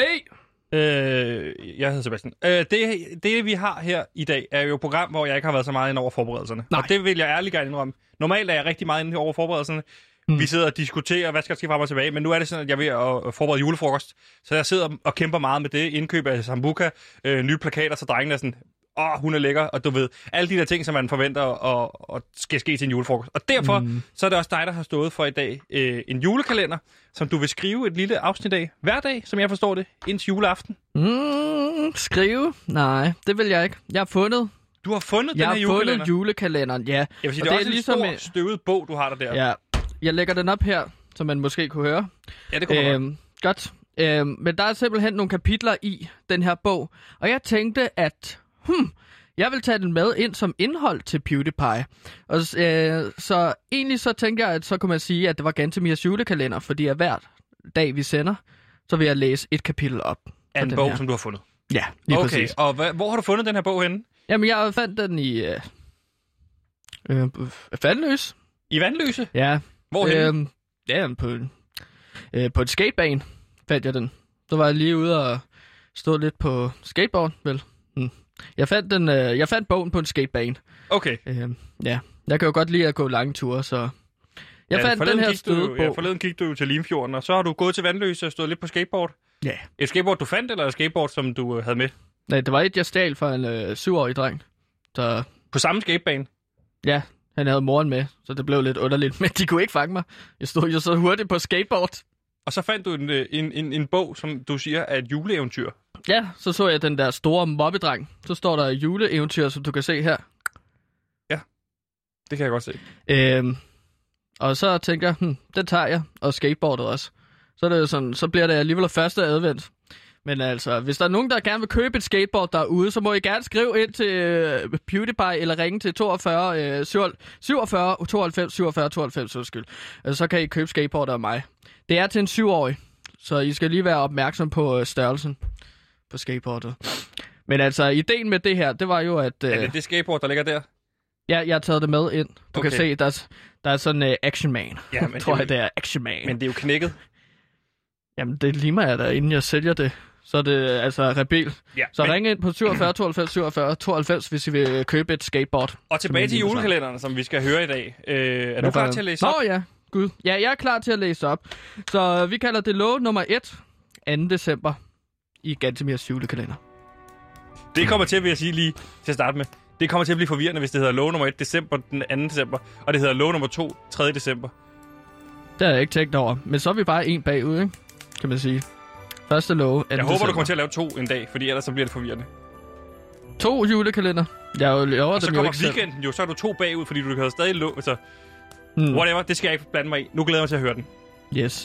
Øh, jeg hedder Sebastian. Øh, det, det, vi har her i dag, er jo et program, hvor jeg ikke har været så meget inde over forberedelserne. Nej. Og det vil jeg ærligt gerne indrømme. Normalt er jeg rigtig meget inde over forberedelserne. Mm. Vi sidder og diskuterer, hvad skal der ske frem og tilbage. Men nu er det sådan, at jeg er ved at forberede julefrokost. Så jeg sidder og kæmper meget med det. Indkøb af sambuca, øh, nye plakater, så drengene er sådan, åh, hun er lækker. Og du ved, alle de der ting, som man forventer og, og skal ske til en julefrokost. Og derfor mm. så er det også dig, der har stået for i dag øh, en julekalender, som du vil skrive et lille afsnit af hver dag, som jeg forstår det, indtil juleaften. Mm, skrive? Nej, det vil jeg ikke. Jeg har fundet... Du har fundet jeg den her julekalender? Jeg har fundet julekalenderen, ja. Jeg vil sige, det er, det er også ligesom en stor, støvet bog, du har der der. Ja, jeg lægger den op her, så man måske kunne høre. Ja, det kunne øhm, godt. Øhm, men der er simpelthen nogle kapitler i den her bog, og jeg tænkte, at hmm, jeg vil tage den med ind som indhold til PewDiePie. Og, øh, så egentlig så tænker jeg, at så kunne man sige, at det var Gantemirs julekalender, fordi at hver dag, vi sender, så vil jeg læse et kapitel op. Af en bog, her. Som du har fundet? Ja, lige okay. præcis. Og hva, hvor har du fundet den her bog henne? Jamen, jeg fandt den i... Øh, øh, Vandløse. I Vandløse? Ja. Hvorhenne? Øh, ja, på, øh, på et skatebane fandt jeg den. Så var jeg lige ude og stå lidt på skateboard, vel? Hmm. Jeg fandt, den, øh, jeg fandt bogen på en skatebane. Okay. Øh, ja, jeg kan jo godt lide at gå lange ture, så... Jeg ja, fandt den her stødebog. Ja, forleden gik du til Limfjorden, og så har du gået til Vandløse og stået lidt på skateboard. Ja. Et skateboard, du fandt, eller et skateboard, som du øh, havde med? Nej, det var et, jeg stjal fra en øh, syvårig dreng. Så... På samme skatebane? Ja, han havde moren med, så det blev lidt underligt, men de kunne ikke fange mig. Jeg stod jo så hurtigt på skateboard. Og så fandt du en, en, en, en bog, som du siger er et juleeventyr. Ja, så så jeg den der store mobbedreng. Så står der juleeventyr, som du kan se her. Ja, det kan jeg godt se. Øhm, og så tænker jeg, hm, den tager jeg, og skateboardet også. Så, er det jo sådan, så bliver det alligevel første advent. Men altså, hvis der er nogen, der gerne vil købe et skateboard derude, så må I gerne skrive ind til uh, PewDiePie eller ringe til toogfyrre, syvogfyrre, tooghalvfems, syvogfyrre, tooghalvfems, undskyld. Altså, så kan I købe skateboardet af mig. Det er til en syvårig, så I skal lige være opmærksom på uh, størrelsen på skateboardet. Men altså, ideen med det her, det var jo, at... Uh, er det det skateboard, der ligger der? Ja, jeg har taget det med ind. Du okay. kan se, der er, der er sådan en uh, Action Man. Ja, men tror det jeg, det er Action Man. Men det er jo knækket. Jamen, det limer jeg da, inden jeg sælger det. Så er det altså rebel. Ja, så men... ring ind på syvogfyrre, tooghalvfems, syvogfyrre, tooghalvfems, hvis I vil købe et skateboard. Og tilbage til julekalenderen, som vi skal høre i dag. Øh, er du klar til at læse op? Nå ja, gud. Ja, jeg er klar til at læse op. Så vi kalder det lov nummer et, anden december, i Gantemirs julekalender. Det kommer til, vil jeg sige lige til at starte med. Det kommer til at blive forvirrende, hvis det hedder lov nummer et december, den anden december, og det hedder lov nummer to, tredje december. Det har jeg ikke tænkt over. Men så er vi bare en bagud, ikke? Kan man sige. Første lov. Jeg håber, du kommer til at lave to en dag, fordi ellers så bliver det forvirrende. To julekalender? Jeg jo laver og så dem kommer jo weekenden selv. jo, så er du to bagud, fordi du kan stadig lov. Altså, hmm. whatever, det skal jeg ikke blande mig i. Nu glæder jeg mig til at høre den. Yes.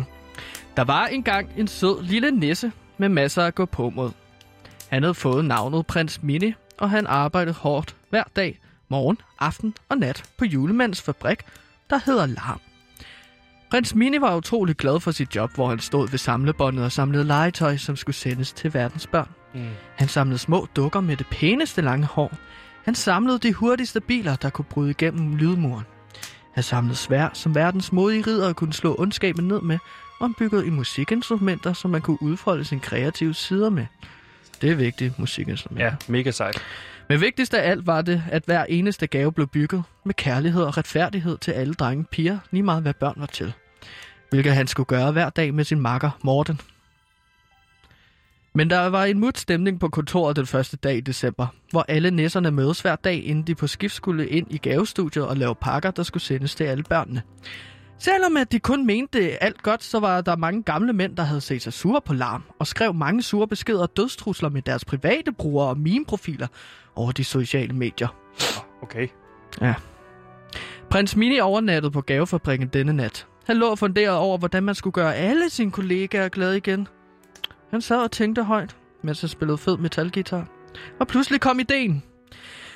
Der var engang en sød lille nisse med masser at gå på mod. Han havde fået navnet Prins Mini, og han arbejdede hårdt hver dag, morgen, aften og nat på julemandens fabrik, der hedder Larm. Prins Mini var utrolig glad for sit job, hvor han stod ved samlebåndet og samlede legetøj, som skulle sendes til verdens børn. Mm. Han samlede små dukker med det pæneste lange hår. Han samlede de hurtigste biler, der kunne bryde igennem lydmuren. Han samlede svær, som verdens modige ridere kunne slå ondskaben ned med, og han byggede i musikinstrumenter, som man kunne udfolde sine kreative sider med. Det er vigtigt, musikinstrumenter. Ja, mega sejt. Men vigtigst af alt var det, at hver eneste gave blev bygget med kærlighed og retfærdighed til alle drenge piger, lige meget hvad børn var til. Hvilket han skulle gøre hver dag med sin makker Morten. Men der var en mut stemning på kontoret den første dag i december, hvor alle nisserne mødes hver dag, inden de på skift skulle ind i gavestudiet og lave pakker, der skulle sendes til alle børnene. Selvom at de kun mente alt godt, så var der mange gamle mænd, der havde set sig sure på Larm, og skrev mange sure beskeder og dødstrusler med deres private brugere og meme-profiler over de sociale medier. Okay. Ja. Prins Mini overnattede på gavefabrikken denne nat. Han lå funderet over, hvordan man skulle gøre alle sine kollegaer glade igen. Han sad og tænkte højt, mens han spillede fed metalguitar. Og pludselig kom ideen.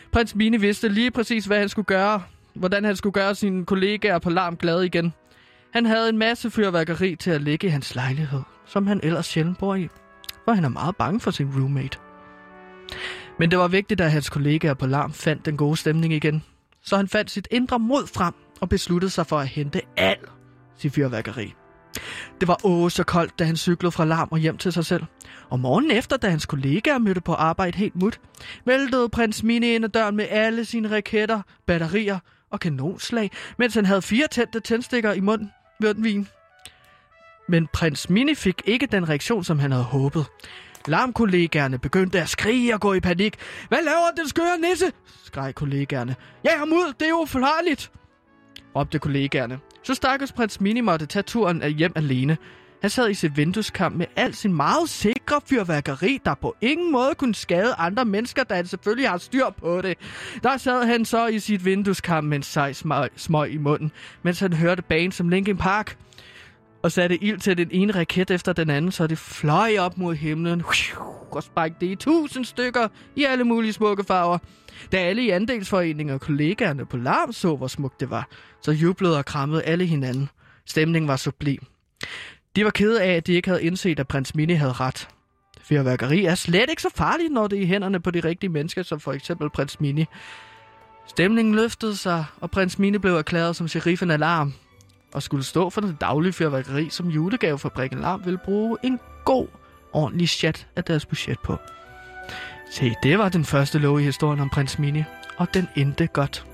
Prins Mini vidste lige præcis, hvad han skulle gøre, hvordan han skulle gøre sine kollegaer på larm glade igen. Han havde en masse fyrværkeri til at ligge i hans lejlighed, som han ellers sjældent bor i, for han er meget bange for sin roommate. Men det var vigtigt, at hans kollegaer på larm fandt den gode stemning igen, så han fandt sit indre mod frem og besluttede sig for at hente al sit fyrværkeri. Det var åh så koldt, da han cyklede fra larm og hjem til sig selv. Og morgenen efter, da hans kollegaer mødte på arbejde helt mut, væltede prins Mini ind ad døren med alle sine raketter, batterier og kanonslag, mens han havde fire tændte tændstikker i munden ved vin. Men prins Mini fik ikke den reaktion, som han havde håbet. Larmkollegaerne begyndte at skrige og gå i panik. Hvad laver den skøre nisse? Skreg kollegaerne. Ja, ham ud, det er jo forlarligt, råbte kollegaerne. Så stakkels prins Mini måtte tage turen af hjem alene. Han sad i sit vindueskamp med al sin meget sikre fyrværkeri, der på ingen måde kunne skade andre mennesker, da han selvfølgelig har styr på det. Der sad han så i sit vindueskamp med en sej smøg, smøg i munden, mens han hørte band som Linkin Park, og satte ild til den ene raket efter den anden, så det fløj op mod himlen og sprængte det i tusind stykker i alle mulige smukke farver. Da alle i andelsforeningen og kollegaerne på larm så, hvor smukt det var, så jublede og krammede alle hinanden. Stemningen var sublim. De var kede af, at de ikke havde indset, at prins Mini havde ret. Fyrværkeri er slet ikke så farligt, når det er i hænderne på de rigtige mennesker, som for eksempel prins Mini. Stemningen løftede sig, og prins Mini blev erklæret som sheriffen af larm, og skulle stå for det daglige fyrværkeri, som julegavefabrikken Larm ville bruge en god, ordentlig chat af deres budget på. Se, det var den første lov i historien om prins Mini, og den endte godt.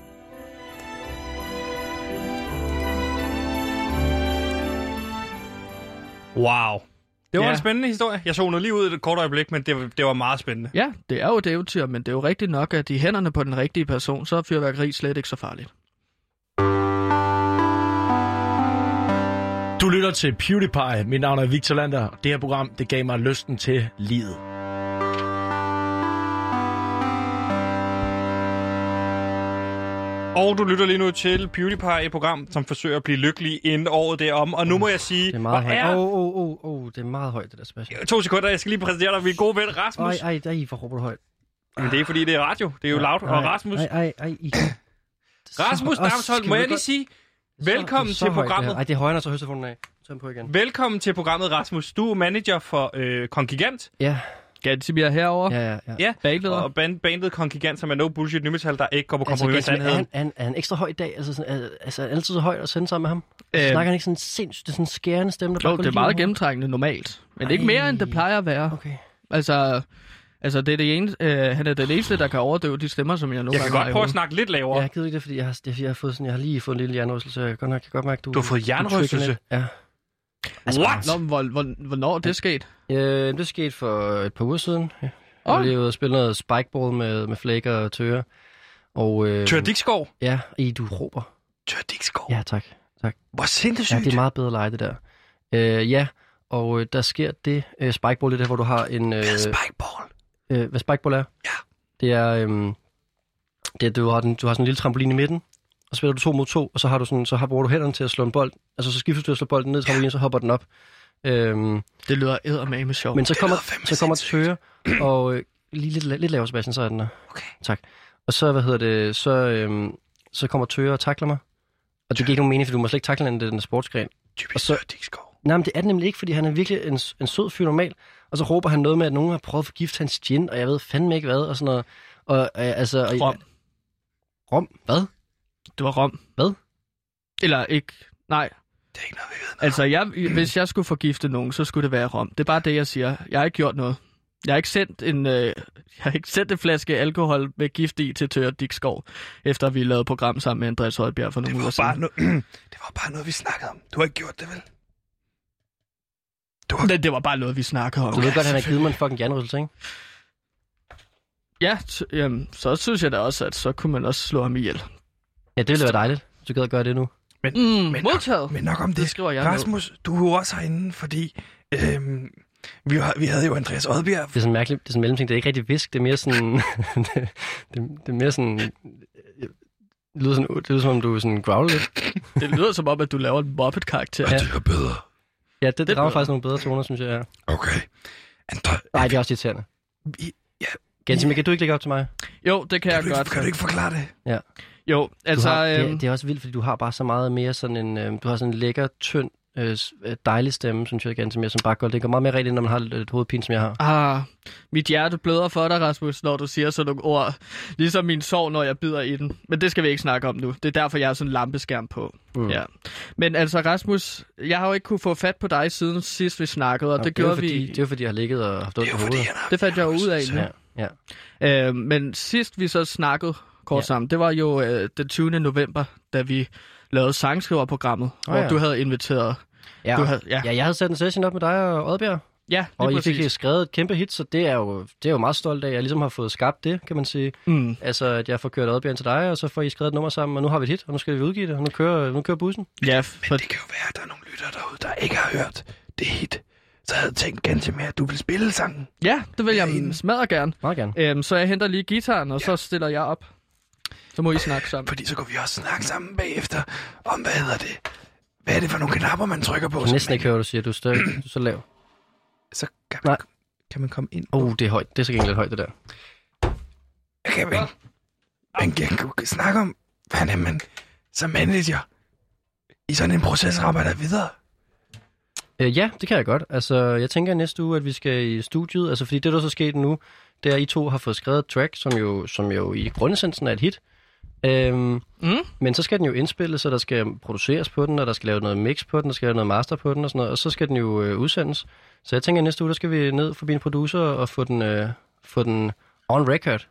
Wow. Det var Ja. en spændende historie. Jeg så noget lige ud i et kort øjeblik, men det, det var meget spændende. Ja, det er jo et eventyr, men det er jo rigtigt nok, at i hænderne på den rigtige person, så er fyrværkeri slet ikke så farligt. Du lytter til PewDiePie. Mit navn er Victor Lander. Det her program, det gav mig lysten til livet. Og du lytter lige nu til PewDiePie, et program, som forsøger at blive lykkelig inden året derom. Og nu må jeg sige... Det er meget højt. er... Åh, åh, åh, åh, det er meget højt, det der Sebastian. To sekunder, jeg skal lige præsentere dig. Vi er gode ven, Rasmus. Ej, ej, ej, hvor råber du højt. Men det er fordi, det er radio. Det er jo loud. Og Rasmus... Ej, ej, ej, I... Rasmus Damsholdt, må jeg lige sige... Velkommen til programmet. Ej, det er højere, når så høretelefonen af. Så på igen. Velkommen til programmet, Rasmus. Du er manager for øh, Kongigant. Ja. Gansomir herovre. Ja, ja, ja. Ja, Bandleder. og band, bandet Kongigant, som er no bullshit nymetal, der ikke går på Altså, kompromis med Gansomir, er, sandheden. han, er, han, er han ekstra høj i dag? Altså, sådan, er, altså, er han altid så højt at sende sammen med ham? Altså, Øhm. snakker han ikke sådan sindssygt, det er sådan en skærende stemme, der Jo, bare går det er lige meget over? gennemtrængende normalt. Men det er ikke Ej. mere, end det plejer at være. Okay. Altså, altså det er det ene, øh, han er den eneste, der kan overdøve de stemmer, som jeg nu Jeg kan godt prøve at snakke lidt lavere. Ja, jeg gider ikke det, fordi jeg har, det er, fordi jeg har, fået sådan, jeg har lige fået en lille hjernerystelse, så jeg kan godt, kan godt mærke, du... Du har fået hjernerystelse? Ja. What? Nå, men hvor, hvor, hvornår er det sket? Øh, det skete for et par uger siden. Jeg var Oh. lige ude og spille noget spikeball med, med Flækker og Tøre. Og, øh, Tør Dikskov? Ja, I du råber. Tør Dikskov? Ja, tak. tak. Hvor sindssygt. Ja, det er meget bedre leje, det der. Øh, ja, og øh, der sker det øh, spikeball, det der, hvor du har en... Øh, Hvad er spikeball? øh, hvad spikeball er? Ja. Det er, øh, det er du, har den, du har sådan en lille trampolin i midten, og så spiller du to mod to, og så har du sådan, så har, bruger du hænderne til at slå en bold. Altså, så skifter du at slå bolden ned i trampolinen, så hopper den op. Øhm, Det lyder eddermame sjovt. men så kommer, fandme så kommer Tøre, og øh, lige lidt, lidt lavere, Sebastian, så er den der. Okay. Tak. Og så, hvad hedder det, så, øhm, så kommer Tøre og takler mig. Og det giver ikke nogen mening, for du må slet ikke takle den, den sportsgren. Typisk Og så- Tør Dikskov. Nej, men det er det nemlig ikke, fordi han er virkelig en, en sød fyr normal. Og så råber han noget med, at nogen har prøvet at forgifte hans gin, og jeg ved fandme ikke hvad, og sådan noget. Og, øh, altså, og, Rom. Rom? Hvad? Det var Rom. Hvad? Eller ikke. Nej. Det er ikke noget, vi ved. Altså, jeg, hvis jeg skulle forgifte nogen, så skulle det være Rom. Det er bare det, jeg siger. Jeg har ikke gjort noget. Jeg har ikke sendt en, øh, jeg har ikke sendt en flaske alkohol med gift i til Tør Dikskov, efter vi lavede program sammen med Andreas Højbjerg for nogle Det uger var, siden. bare no- det var bare noget, vi snakkede om. Du har ikke gjort det, vel? Du har... Men det var bare noget, vi snakkede om. Du ved godt, han har givet mig en fucking hjernerystelse, ikke? Ja, t- jamen, så synes jeg da også, at så kunne man også slå ham ihjel. Ja, det ville være dejligt, hvis du gad at gøre det nu. Men, Mm, men, modtaget. men nok om det. Det skriver jeg ned. Rasmus, du er jo også herinde, fordi øhm, vi, har, vi havde jo Andreas Odbjerg. Det er sådan mærkeligt, det er sådan en mellemting, det er ikke rigtig visk, det er mere sådan... det, det, det er mere sådan... Det lyder, sådan, det lyder som om, du er sådan growler lidt. Det lyder som om, at du laver en Muppet-karakter. Ja. Det er bedre. Ja, det, det Det rammer lyder- faktisk nogle bedre toner, synes jeg. Ja. Okay. Andre, Nej, det er også irriterende. vi, ja, Gansimir, kan du ikke lægge op til mig? Jo, det kan, kan jeg ikke, godt. Kan du ikke forklare det? Ja. Jo, altså... Har, det, øhm, det er også vildt, fordi du har bare så meget mere sådan en... Øh, du har sådan en lækker, tynd, øh, dejlig stemme, synes jeg, Gansimir, som bare går. Det går meget mere rigtigt, når man har lidt hovedpine, som jeg har. Ah, mit hjerte bløder for dig, Rasmus, når du siger sådan nogle ord. Ligesom min sorg, når jeg bider i den. Men det skal vi ikke snakke om nu. Det er derfor, jeg har sådan en lampeskærm på. Mm. Ja. Men altså, Rasmus, jeg har jo ikke kunne få fat på dig siden sidst, vi snakkede, og Nå, det, det gjorde fordi, vi... Det er jo fordi, jeg har ligget og haft ondt på hovedet. Det fandt jeg jo ud af nu. Ja, ja. Øh, men sidst vi så snakkede kort Ja. sammen, det var jo øh, den tyvende november, da vi lavede sangskriverprogrammet, oh, hvor ja. du havde inviteret... Ja. Du havde, ja. ja, jeg havde sat en session op med dig og Oddbjerg. Ja, og I præcis. fik skrevet et kæmpe hit, så det er jo, det er jo meget stolt af, at jeg ligesom har fået skabt det, kan man sige. Mm. Altså, at jeg får kørt Oddbjerg til dig, og så får I skrevet et nummer sammen, og nu har vi et hit, og nu skal vi udgive det, og nu kører, nu kører bussen. Ja, Men for... det kan jo være, at der er nogle lyttere derude, der ikke har hørt det hit. Så havde jeg tænkt ganske mere, at du vil spille sangen. Ja, det vil jeg Derinde. smadre gerne. Meget gerne. Øhm, så jeg henter lige gitaren, og ja. så stiller jeg op. Så må I snakke sammen. Fordi så kunne vi også snakke sammen bagefter om, hvad hedder det? Hvad er det for nogle knapper, man trykker på? Jeg kan næsten ikke høre, hvad du siger. Du er, større, du er så lav. Så kan man, Nej. kan man komme ind. Åh, oh, det er højt. Det er så gengæld lidt højt, det der. Jeg kan ikke. Men jeg kan snakke om, hvad er man som manager i sådan en proces arbejder videre. Øh, ja, det kan jeg godt. Altså, jeg tænker næste uge, at vi skal i studiet. Altså, fordi det, der så sket nu, det er, at I to har fået skrevet et track, som jo, som jo i grundessensen er et hit. Øhm, Mm. Men så skal den jo indspilles, så der skal produceres på den, og der skal lave noget mix på den, der skal lave noget master på den og sådan noget, og så skal den jo øh, udsendes. Så jeg tænker, at næste uge, der skal vi ned forbi en producer og få den, øh, få den on record.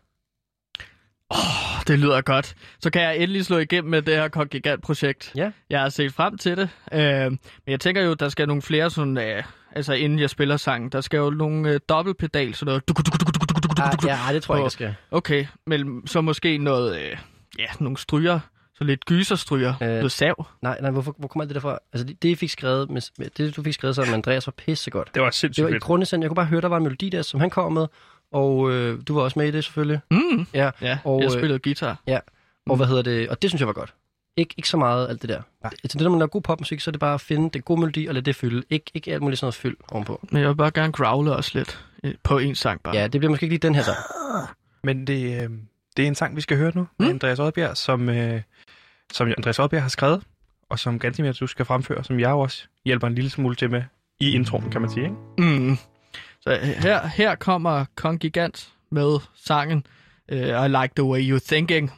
Oh, det lyder godt. Så kan jeg endelig slå igennem med det her Kongigant-projekt. Ja. Jeg har set frem til det. Øh, men jeg tænker jo, der skal nogle flere sådan... Øh, altså, inden jeg spiller sangen, der skal jo nogle øh, dobbeltpedal, sådan noget... Ah, ja, ej, det tror jeg ikke, jeg skal. Okay, men så måske noget... Øh, ja, nogle stryger. Så lidt gyserstryger. Øh, noget sav. Nej, nej, hvorfor, hvor kommer alt det derfra? Altså, det, det, I fik skrevet med, med, det, du fik skrevet sammen med Andreas, var pissegodt. Det var Det sindssygt var i fedt. grundessensen. Jeg kunne bare høre, der var en melodi der, som han kom med, og øh, du var også med i det, selvfølgelig. Mm. Ja, Ja, og, jeg øh, spillede guitar. Ja, og hvad hedder det? Og det synes jeg var godt. Ik- ikke så meget alt det der. Nej. Altså, det, når man laver god popmusik, så er det bare at finde den gode melodi og lade det fylde. Ik- ikke alt muligt sådan noget fyld ovenpå. Men jeg vil bare gerne growle også lidt øh, på en sang bare. Ja, det bliver måske ikke lige den her sang. Men det, øh, det er en sang, vi skal høre nu. Med Mm. Andreas Oddbjerg, som, øh, som Andreas Oddbjerg har skrevet. Og som ganske mere, du skal fremføre. Som jeg jo også hjælper en lille smule til med i introen, kan man sige. Ikke? Mm. Så her, her kommer Kongigant med sangen uh, I Like The Way You're Thinking.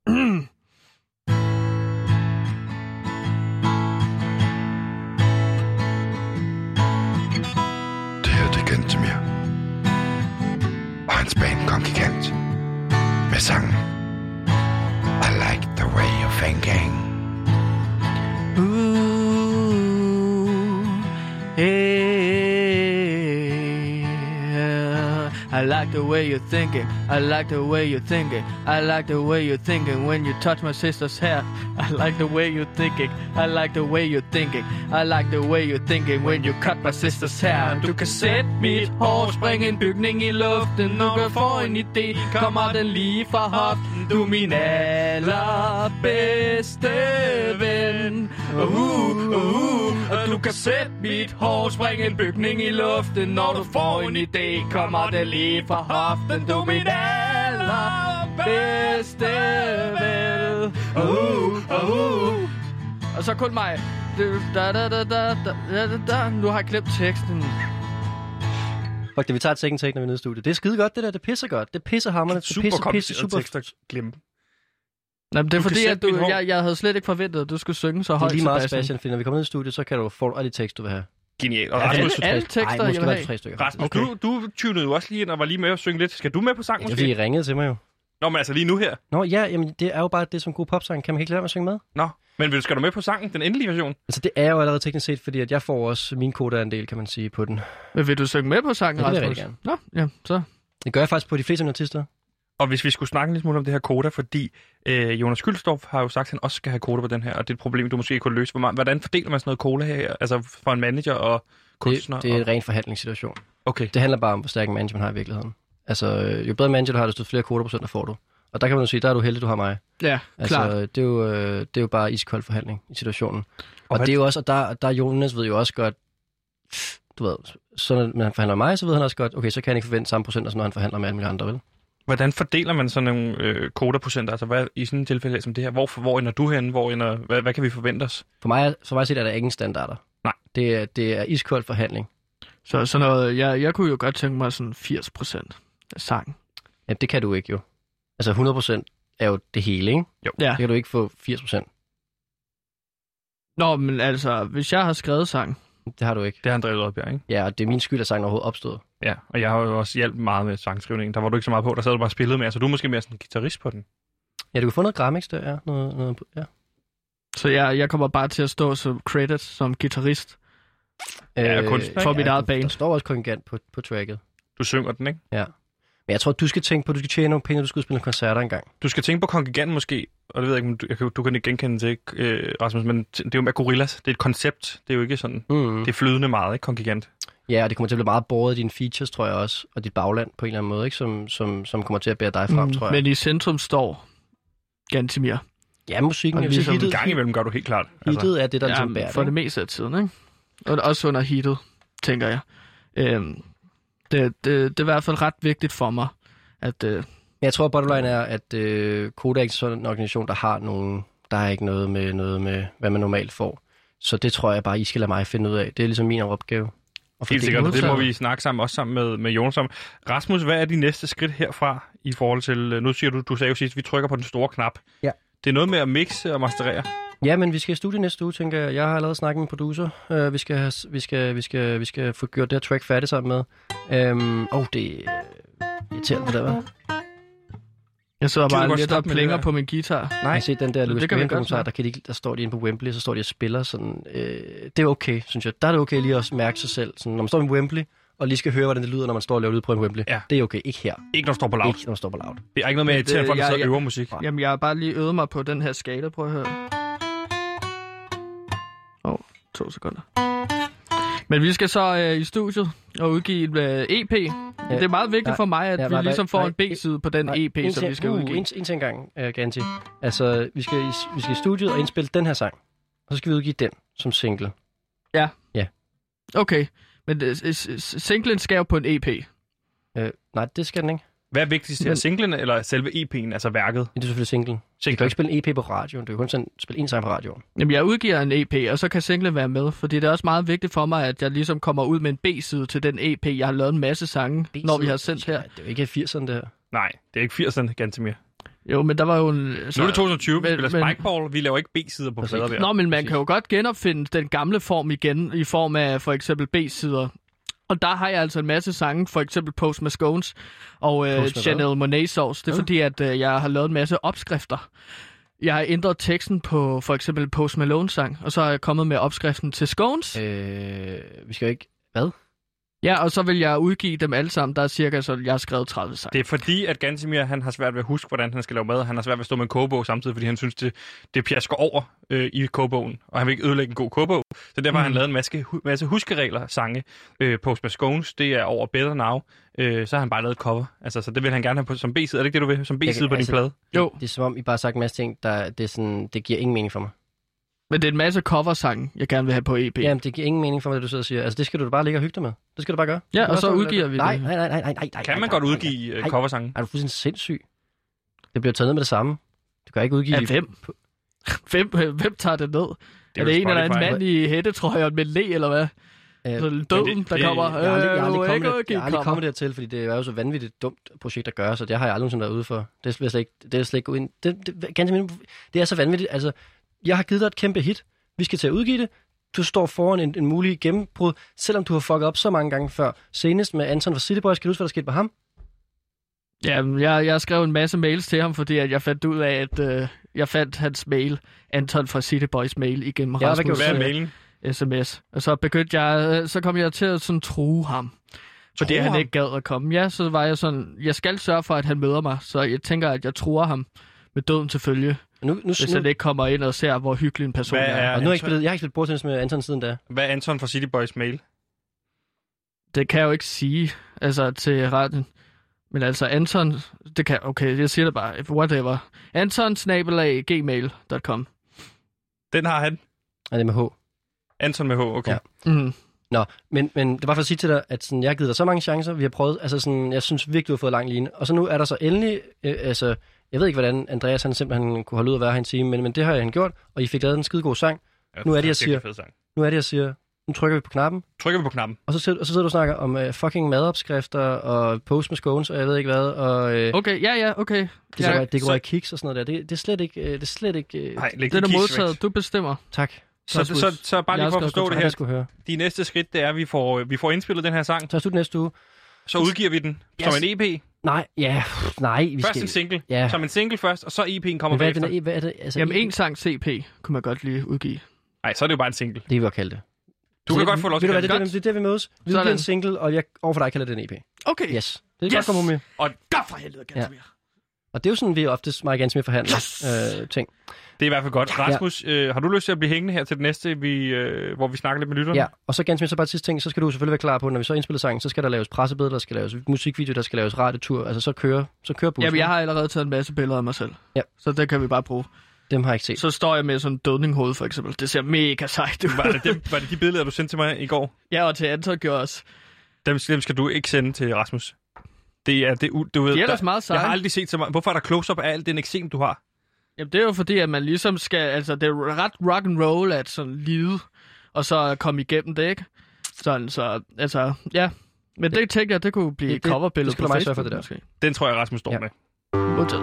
Det her, det er Gantemir. Og hans band Kongigant. Med sangen I Like The Way You're Thinking. Ooh, hey, I like the way you're thinking. I like the way you're thinking. I like the way you're thinking when you touch my sister's hair. I like the way you're thinking. I like the way you're thinking. I like the way you're thinking when you cut my sister's hair. Du kan sætte mit hår, springe en bygning i luften. Du kan få en idé, kommer den lige fra hoften. Du er min allerbedste ven. Uh, uh, uh. Og du kan sætte mit hår, springe en bygning i luften. Når du får en idé, kommer det lige fra hoften. Du er min allerbedste ven. Uh, uh, uh. Og så kun mig. Da, da, da, da, da, da, da. Nu har jeg glemt teksten. Fuck det, vi tager et second take, når vi er nede i studiet. Det er skide godt, det der. Det pisser godt. Det pisser hammerne. Det Super pisser, pisser, kompliceret super... tekst at glemme. Nej, men det er Du kan fordi, sætte at du, mit hår. jeg, jeg havde slet ikke forventet, at du skulle synge så Det er højt, lige meget, Sebastian. Sebastian, fordi når vi kommer ned i studiet, så kan du få alle de tekster, du vil have. Genialt. Og Ja, Rasmus, alle, alle tekster, Ej, jeg måske vil bare have. tre stykker. Rasmus Okay. du, du tunede jo også lige ind og var lige med at synge lidt. Skal du med på sang Ja, det er måske? fordi, I ringede til mig jo. Nå, men altså lige nu her. Nå ja, jamen det er jo bare det som god popsang. Kan man ikke lade være med at synge med? Nå, men vil- skal du med på sangen, den endelige version? Altså det er jo allerede teknisk set, fordi at jeg får også min kodeandel, kan man sige, på den. Men vil du synge med på sangen, Ja, det vil jeg Rasmus? rigtig Nå, ja, så. Det gør jeg faktisk på de fleste artister. Og hvis vi skulle snakke en lille smule om det her koda, fordi øh, Jonas Gyldstorff har jo sagt, at han også skal have koda på den her, og det er et problem, du måske kunne løse. Hvor meget- Hvordan fordeler man sådan noget koda her, altså for en manager og kunstner? Det, det er og... en ren forhandlingssituation. Okay. Det handler bare om, hvor stærk en manager man har i virkeligheden. Altså, øh, jo bedre manager du har, desto flere kodeprocenter får du. Og der kan man jo sige, der er du heldig, du har mig. Ja, Altså, klart. det er, jo, øh, det er jo bare iskold forhandling i situationen. Og, og hvad- det er jo også, og der, der Jonas ved jo også godt, du ved, så når han forhandler med mig, så ved han også godt, okay, så kan han ikke forvente samme procenter, som når han forhandler med alle mulige andre, vel? Hvordan fordeler man sådan nogle øh, koderprocenter? Altså hvad, i sådan et tilfælde som det her? Hvor, hvor ender du henne? Hvor ender, hvad, hvad kan vi forvente os? For mig, for mig set er der ingen standarder. Nej. Det er, det er iskold forhandling. Så sådan noget, jeg, jeg kunne jo godt tænke mig sådan firs procent af sang. Ja, det kan du ikke jo. Altså hundrede procent er jo det hele, ikke? Jo. Ja. Det kan du ikke få firs procent. Nå, men altså, hvis jeg har skrevet sang... Det har du ikke. Det har han drevet op, ja, ikke? Ja, og det er min skyld, at sangen overhovedet opstod. Ja, og jeg har jo også hjulpet meget med sangskrivningen. Der var du ikke så meget på, der sad du bare spillet med. Så du er måske mere sådan en guitarist på den. Ja, du kan få noget Grammix der, ja. Noget, noget, ja. Så jeg, jeg kommer bare til at stå som credit, som guitarist Ja, Øh, kunstner, for ikke? mit eget band. Der står også kongigant på, på tracket. Du synger den, ikke? Ja. Men jeg tror, du skal tænke på, at du skal tjene nogle penge, når du skal spille koncerter engang. Du skal tænke på kongigant måske, og det ved jeg ikke, om du, jeg kan, du kan ikke genkende til, øh, Rasmus, men det er jo med gorillas. Det er et koncept. Det er jo ikke sådan... Mm. Det er flydende meget, ikke? Kongigant. Ja, og det kommer til at blive meget båret i dine features, tror jeg også, og dit bagland på en eller anden måde, ikke? Som, som, som kommer til at bære dig frem, Mm, tror jeg. men i centrum står Gantimir. Ja, musikken. Og Jeg vil sige, ligesom hittet, Gang imellem gør du helt klart. hittet er det, der ligesom Ja, bærer for det. det meste af tiden, ikke? Og også under heatet, tænker jeg. Øhm, det, det, det er i hvert fald ret vigtigt for mig, at... Øh, Jeg tror, bottom line er, at øh, Koda er ikke sådan en organisation, der har nogen... Der er ikke noget med, noget med, hvad man normalt får. Så det tror jeg bare, I skal lade mig finde ud af. Det er ligesom min opgave. Helt sikkert, det må vi snakke sammen, også sammen med, med Jonas om. Rasmus, hvad er de næste skridt herfra i forhold til... Nu siger du, du sagde jo sidst, at vi trykker på den store knap. Ja. Det er noget med at mixe og masterere. Ja, men vi skal i studiet næste uge, tænker jeg. Jeg har allerede snakket med producer. Uh, vi, skal have, vi, skal, vi, skal, vi skal få gjort det her track færdigt sammen med. Åh, um, oh, det er irriterende, det der, var. jeg sidder Gider du bare godt lidt og stoppe med det plinger der? på min guitar. Jeg har set den der Louis det kan vi Graham godt dokumentar, snakke. der, kan de, der står de inde på Wembley, så står de og spiller sådan... Øh, det er okay, synes jeg. Der er det okay lige at mærke sig selv. Sådan, når man står i Wembley, og lige skal høre, hvordan det lyder, når man står og laver lyd på en Wembley. Ja. Det er okay. Ikke her. Ikke når du står på loud. Ikke når man står på loud. Det er ikke noget med at irritere det- folk, der jeg- sidder og jeg- øver musik. Jamen, jeg har bare lige øvet mig på den her skala. Prøv at høre. Åh, oh, to sekunder. Men vi skal så øh, i studiet og udgive en øh, E P. Ja, det er meget vigtigt nej, for mig, at ja, vi nej, ligesom får nej, en B-side på den nej, E P, en som ting- vi skal uh, udgive. En, en ting gang, uh, Ganti. Altså, vi skal, i, vi skal i studiet og indspille den her sang. Og så skal vi udgive den som single. Okay, men øh, s- s- singlen skal jo på en E P. Uh, nej, det skal den ikke. Hvad er vigtigst her? Men- Singlen eller selve E P'en, altså værket? Det er selvfølgelig singlen. Du kan jo ikke spille en E P på radioen. Du kan kun sådan spille en sang på radioen. Jamen, jeg udgiver en E P, og så kan singlen være med, fordi det er også meget vigtigt for mig, at jeg ligesom kommer ud med en B-side til den E P. Jeg har lavet en masse sange, når vi har sendt her. Ja, det er jo ikke firserne, det her. Nej, det er ikke firserne, ganske mere. Jo, men der var jo en... Altså, Nu er det to tusind og tyve, vi men- spiller men- Spikeball, vi laver ikke B-sider på Præcis. plader der. Nå, men man Præcis. kan jo godt genopfinde den gamle form igen, i form af for eksempel B-sider. Og der har jeg altså en masse sange, for eksempel Post Mascones og øh, Post med Chanel Monet Sauce. Det er Ja. fordi, at øh, jeg har lavet en masse opskrifter. Jeg har ændret teksten på for eksempel Post Malone sang, og så er jeg kommet med opskriften til Scones. Øh, vi skal jo ikke... Hvad? Ja, og så vil jeg udgive dem alle sammen. Der er cirka, så jeg har skrevet tredive sange. Det er fordi, at Gansimir, han har svært ved at huske, hvordan han skal lave mad. Han har svært ved at stå med en kogebog samtidig, fordi han synes, det, det pjasker over øh, i kogebogen. Og han vil ikke ødelægge en god kogebog. Så derfor har han Mm. lavet en masse, hu- masse huskeregler sange. Øh, Post Mascones, det er over Better Now. Øh, så har han bare lavet et cover. Altså, så det vil han gerne have på, som B-side. Er det ikke det, du vil? Som Jeg B-side kan- på din altså- plade? Jo, Det er som om, I bare har sagt en masse ting, der det, er sådan, det giver ingen mening for mig. men det er en masse coversange, jeg gerne vil have på E P. Jamen, det giver ingen mening for mig, det du sidder og siger. Altså, det skal du da bare ligge og hygge dig med. Det skal du bare gøre. Ja, Du kan og så også- udgiver vi nej, det. Nej, nej, nej, nej, nej, nej. Kan man nej, godt nej, udgive nej. øh, coversange? Er du fuldstændig sindssyg? Det bliver taget ned med det samme. Du kan ikke udgive... Af hvem? Hvem, hvem tager det ned? Det er, er det jo en eller anden Spotify. mand i hættetrøje og med le, eller hvad? Øh, Så døden, det- der det- kommer. Jeg har aldrig, jeg har aldrig, Øh, kommet, ikke der, jeg har aldrig kommer. kommet dertil, fordi det er jo så vanvittigt dumt projekt at gøre, så det har jeg aldrig nogensinde været ude for. Det vil jeg slet ikke, det vil jeg slet ikke gå ind. Det, det, ganske mindre, det er så vanvittigt. Altså, jeg har givet dig et kæmpe hit. Vi skal til at udgive det. Du står foran en, en mulig gennembrud, selvom du har fucket op så mange gange før. Senest med Anton fra City Boys. Kan du huske, hvad der skete på ham? Ja, jeg, jeg skrev en masse mails til ham, fordi at jeg fandt ud af, at øh, jeg fandt hans mail, Anton fra City Boys mail, igennem Ja, hvad kan Rasmus' du Hvad er øh, mailen? sms. Og så begyndte jeg, øh, så kom jeg til at sådan true ham. Fordi True han ham? ikke gad at komme. Ja, så var jeg sådan, jeg skal sørge for, at han møder mig. Så jeg tænker, at jeg truer ham med døden til følge, Nu, nu, hvis nu, han ikke kommer ind og ser, hvor hyggelig en person Hvad jeg er. er- og nu har jeg ikke Anton- spillet, jeg har ikke spillet bordtennis med Anton siden da. Hvad er Anton fra City Boys mail? Det kan jeg jo ikke sige, altså til radioen. Men altså Anton, det kan, okay, jeg siger det bare, whatever. Anton snabel-a gmail punktum com. Den har han. Er det med H? Anton med H, okay. Ja. Ja. Mm. Nå, men, men det var for at sige til dig, at sådan, jeg har givet dig så mange chancer, vi har prøvet, altså sådan, jeg synes virkelig, du har fået lang line. Og så nu er der så endelig, øh, altså, jeg ved ikke, hvordan Andreas han simpelthen kunne holde ud at være her en time, men, men det har jeg han gjort, og I fik lavet en skide god sang. Ja, nu er det, jeg siger, sang. nu er det, jeg siger, nu trykker vi på knappen. Trykker vi på knappen. Og så, sidder, og så sidder du og snakker om uh, fucking madopskrifter og post med scones, og jeg ved ikke hvad, og... Uh, Okay, ja, ja, okay. det, ja, ja, det går så- i kiks og sådan noget der. Det, det er slet ikke... Uh, det er slet ikke... Uh, Nej, læg det er de der kiks væk. modtaget. Du bestemmer. tak. Så, så, så, så bare lige Jeg for at skal forstå også det Det her. skulle høre. De næste skridt, det er, at vi får, vi får indspillet den her sang. Så er slut næste uge. Så udgiver vi den Yes. som en E P. Nej, ja, nej, vi Først skal... en single. Ja. Som en single først, og så E P'en kommer Men hvad er, bagefter. den, hvad er det? Altså, Jamen, en sang C P kunne man godt lige udgive. Nej, så er det jo bare en single. Det vil jeg kalde det. Du kan godt få lov til Ved du at hvad, kalde det, det. det, det er der, vi mødes. Vi udgiver Sådan. en single, og jeg overfor dig kalder det en E P. Okay. Yes. Det er Yes. godt kompromis. Og Godt for helvede, Gantemir. Og det er jo sådan, vi oftest meget gerne forhandler Yes. øh, ting. det er i hvert fald godt. Rasmus, øh, har du lyst til at blive hængende her til det næste, vi, øh, hvor vi snakker lidt med lytterne? Ja, og så ganske så bare sidste ting, så skal du selvfølgelig være klar på, når vi så indspiller sangen, så skal der laves pressebilleder, der skal laves musikvideo, der skal laves radiotur, altså så kører, så kører bussen. Jamen, jeg har allerede taget en masse billeder af mig selv. Ja. Så det kan vi bare bruge. Dem har jeg ikke set. Så står jeg med sådan en dødninghoved, for eksempel. Det ser mega sejt ud. Var det, dem, var det de billeder, du sendte til mig i går? Ja, og til Anton gjorde også. Dem, dem skal du ikke sende til Rasmus. Det er, det, u- du ved, De er der, ellers meget seje. jeg har aldrig set så meget. Hvorfor er der close-up af alt den eksem, du har? Jamen, det er jo fordi, at man ligesom skal... Altså, det er ret rock and roll at sådan lide, og så komme igennem det, ikke? Sådan, så... Altså, ja. Men det, det tænker jeg, det kunne blive det- det- coverbillede det skal på du meget sørge Facebook, for, det der. måske. Den tror jeg, Rasmus står Ja. med. Modtaget.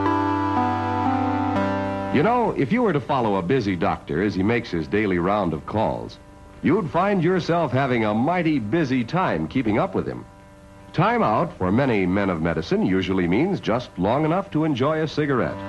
You know, if you were to follow a busy doctor as he makes his daily round of calls, you'd find yourself having a mighty busy time keeping up with him. Time out for many men of medicine usually means just long enough to enjoy a cigarette.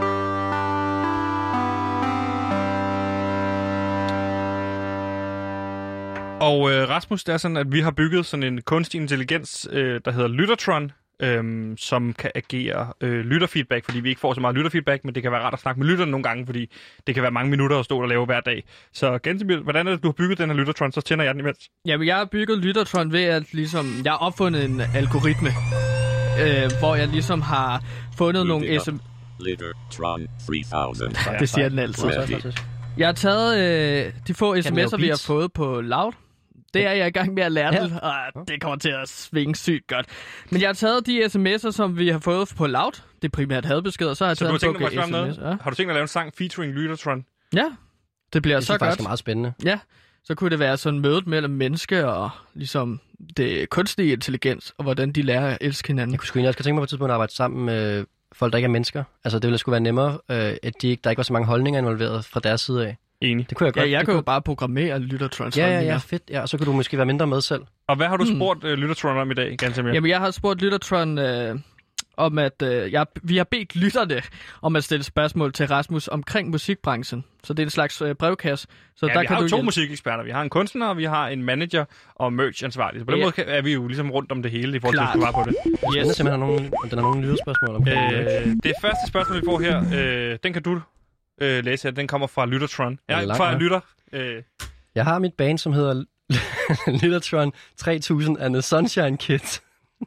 Og øh, Rasmus, det er sådan, at vi har bygget sådan en kunstig intelligens, øh, der hedder Lyttertron, øh, som kan agere øh, lytterfeedback, fordi vi ikke får så meget lytterfeedback, men det kan være rart at snakke med lytterne nogle gange, fordi det kan være mange minutter at stå og lave hver dag. Så Gantemir, hvordan er det, du har bygget den her Lyttertron, så tænder jeg den imens. Jamen, jeg har bygget Lyttertron ved, at ligesom... Jeg har opfundet en algoritme, øh, hvor jeg ligesom har fundet nogle sm... Lyttertron tre tusind. Det siger den altid. Ready. Jeg har taget øh, de få lave sms'er, vi har beats? fået på Loud. Det er jeg i gang med at lære Ja. det, og det kommer til at svinge sygt godt. Men jeg har taget de sms'er, som vi har fået på Loud. Det er primært hadbeskeder, så har jeg Så du har taget tænkt dig en at bunke spørge om noget? sms'er. Har du tænkt dig at lave en sang featuring Lyttertron? Ja. ja, det bliver Det så synes jeg faktisk godt. er meget spændende. Ja, så kunne det være sådan mødet mellem menneske og ligesom det kunstige intelligens, og hvordan de lærer at elske hinanden. Jeg kunne sgu egentlig også tænke mig på et tidspunkt at arbejde sammen med folk, der ikke er mennesker. Altså det ville sgu være nemmere, øh, at de ikke, der ikke var så mange holdninger involveret fra deres side af. Enig. Det kunne jeg godt. Ja, jeg det kan jo kunne... bare programmere Lyttertrons Ja, ja, holdninger. ja, fedt. Ja, og så kunne du måske være mindre med selv. Og hvad har du spurgt øh, Lyttertron om i dag, Gantemir? Jamen, jeg har spurgt Lyttertron øh, om, at øh, jeg, vi har bedt lytterne om at stille spørgsmål til Rasmus omkring musikbranchen. Så det er en slags øh, brevkasse. Så Ja, der vi kan har jo du to hjælpe. musikeksperter. Vi har en kunstner, og vi har en manager og merch-ansvarlig. Så på den Ja. måde kan- er vi jo ligesom rundt om det hele i forhold til, at Klart. du var på det. Yes. Den er simpelthen nogle, om den har nogle lyderspørgsmål omkring Øh, øh, det første spørgsmål, vi får her, øh, den kan du øh, læse her. Den kommer fra Lyttertron. Den Ja, er lang, fra ja. Lytter. Øh, Jeg har mit band, som hedder Lyttertron tre tusind and the Sunshine Kids.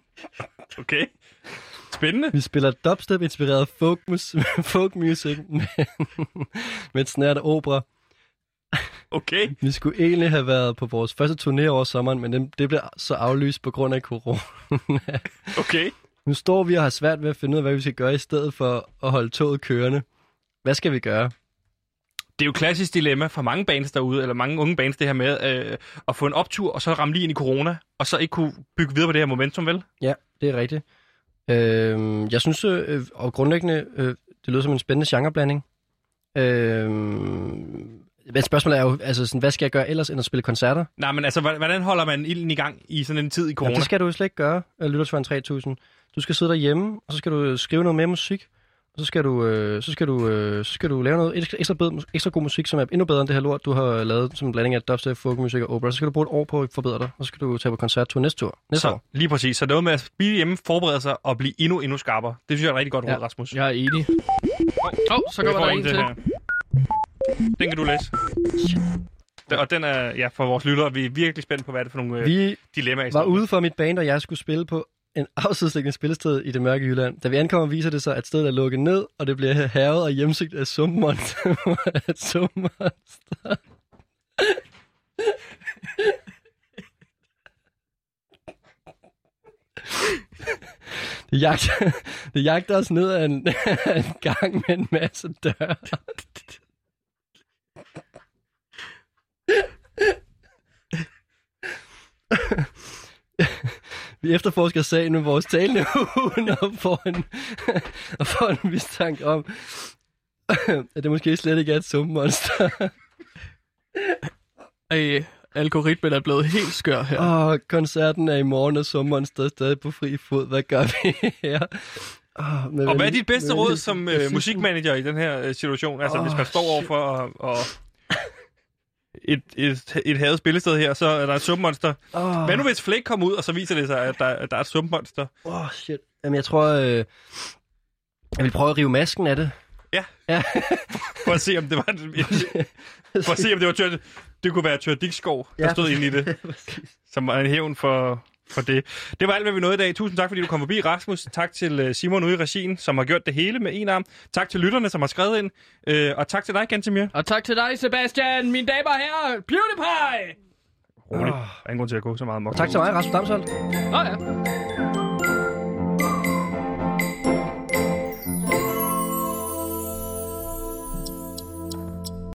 okay. Spændende. Vi spiller dubstep-inspireret folk, mus- folk music med, med et snært opera. Okay. Vi skulle egentlig have været på vores første turné over sommeren, men det, det blev så aflyst på grund af corona. Okay. Nu står vi og har svært ved at finde ud af, hvad vi skal gøre i stedet for at holde toget kørende. Hvad skal vi gøre? Det er jo et klassisk dilemma for mange bands derude, eller mange unge bands, det her med øh, at få en optur, og så ramme lige ind i corona, og så ikke kunne bygge videre på det her momentum, vel? Ja, det er rigtigt. Øh, jeg synes, øh, og grundlæggende, øh, det lyder som en spændende genreblanding. Øh, men spørgsmålet er jo, altså, sådan, hvad skal jeg gøre ellers, end at spille koncerter? Nej, men altså, hvordan holder man ilden i gang i sådan en tid i corona? Jamen, det skal du jo slet ikke gøre, Lyttertron tre tusind. Du skal sidde derhjemme, og så skal du skrive noget mere musik, og så skal du, øh, så skal du, øh, så skal du lave noget ekstra, ekstra, bed, ekstra god musik, som er endnu bedre end det her lort, du har lavet som en blanding af dubstep, folkmusik og opera. Så skal du bruge et år på at forbedre dig, og så skal du tage på koncerttur næste tur. Næste Så, år. lige præcis. Så noget med at blive hjemme, forberede sig og blive endnu, endnu skarpere. Det synes jeg er et rigtig godt råd, Ja. Rasmus. Jeg er enig. Åh, oh, så Jeg kommer får der en til. her. Den kan du læse. Den, og den er, ja, for vores lyttere, vi er virkelig spændt på, hvad er det for nogle øh, Vi dilemmaer. I var stedet. ude for mit band, og jeg skulle spille på en afsidesliggende spillested i det mørke Jylland. Da vi ankommer, viser det sig, at stedet er lukket ned, og det bliver hærget og hjemsøgt af sumpmonster. Af sumpmonster. Det jagter, det jagter os ned ad en, en gang med en masse døre. Vi efterforsker sagen med vores talende hund og får en, og får en mistanke om, at det måske slet ikke er et sumpmonster. Ej, algoritmen er blevet helt skør her. Åh, koncerten er i morgen, og sumpmonster er stadig på fri fod. Hvad gør vi her? Oh, og hvad er dit bedste råd som uh, musikmanager i den her uh, situation? Altså, oh, hvis man står over for og, og et, et, et havet spillested her, så er der et sumpmonster. Oh. Hvad nu hvis Flake kommer ud, og så viser det sig, at der, at der er et sumpmonster? Åh, oh, shit. Jamen, jeg tror, øh, jeg vil prøve at rive masken af det. Ja. ja. For at se, om det var en, for at se, om det var tør, det kunne være Tør Dikskov, der ja, stod inde i det. Som var en hævn for, for det. Det var alt, hvad vi nåede i dag. Tusind tak, fordi du kom forbi, Rasmus. Tak til Simon ude i regien, som har gjort det hele med en arm. Tak til lytterne, som har skrevet ind. Øh, og tak til dig, Gantemir. Og tak til dig, Sebastian. Mine damer og herrer, PewDiePie! Roligt. Der er ingen grund til at gå så meget mok. Tak til mig, Rasmus Damsholdt. Nå ja.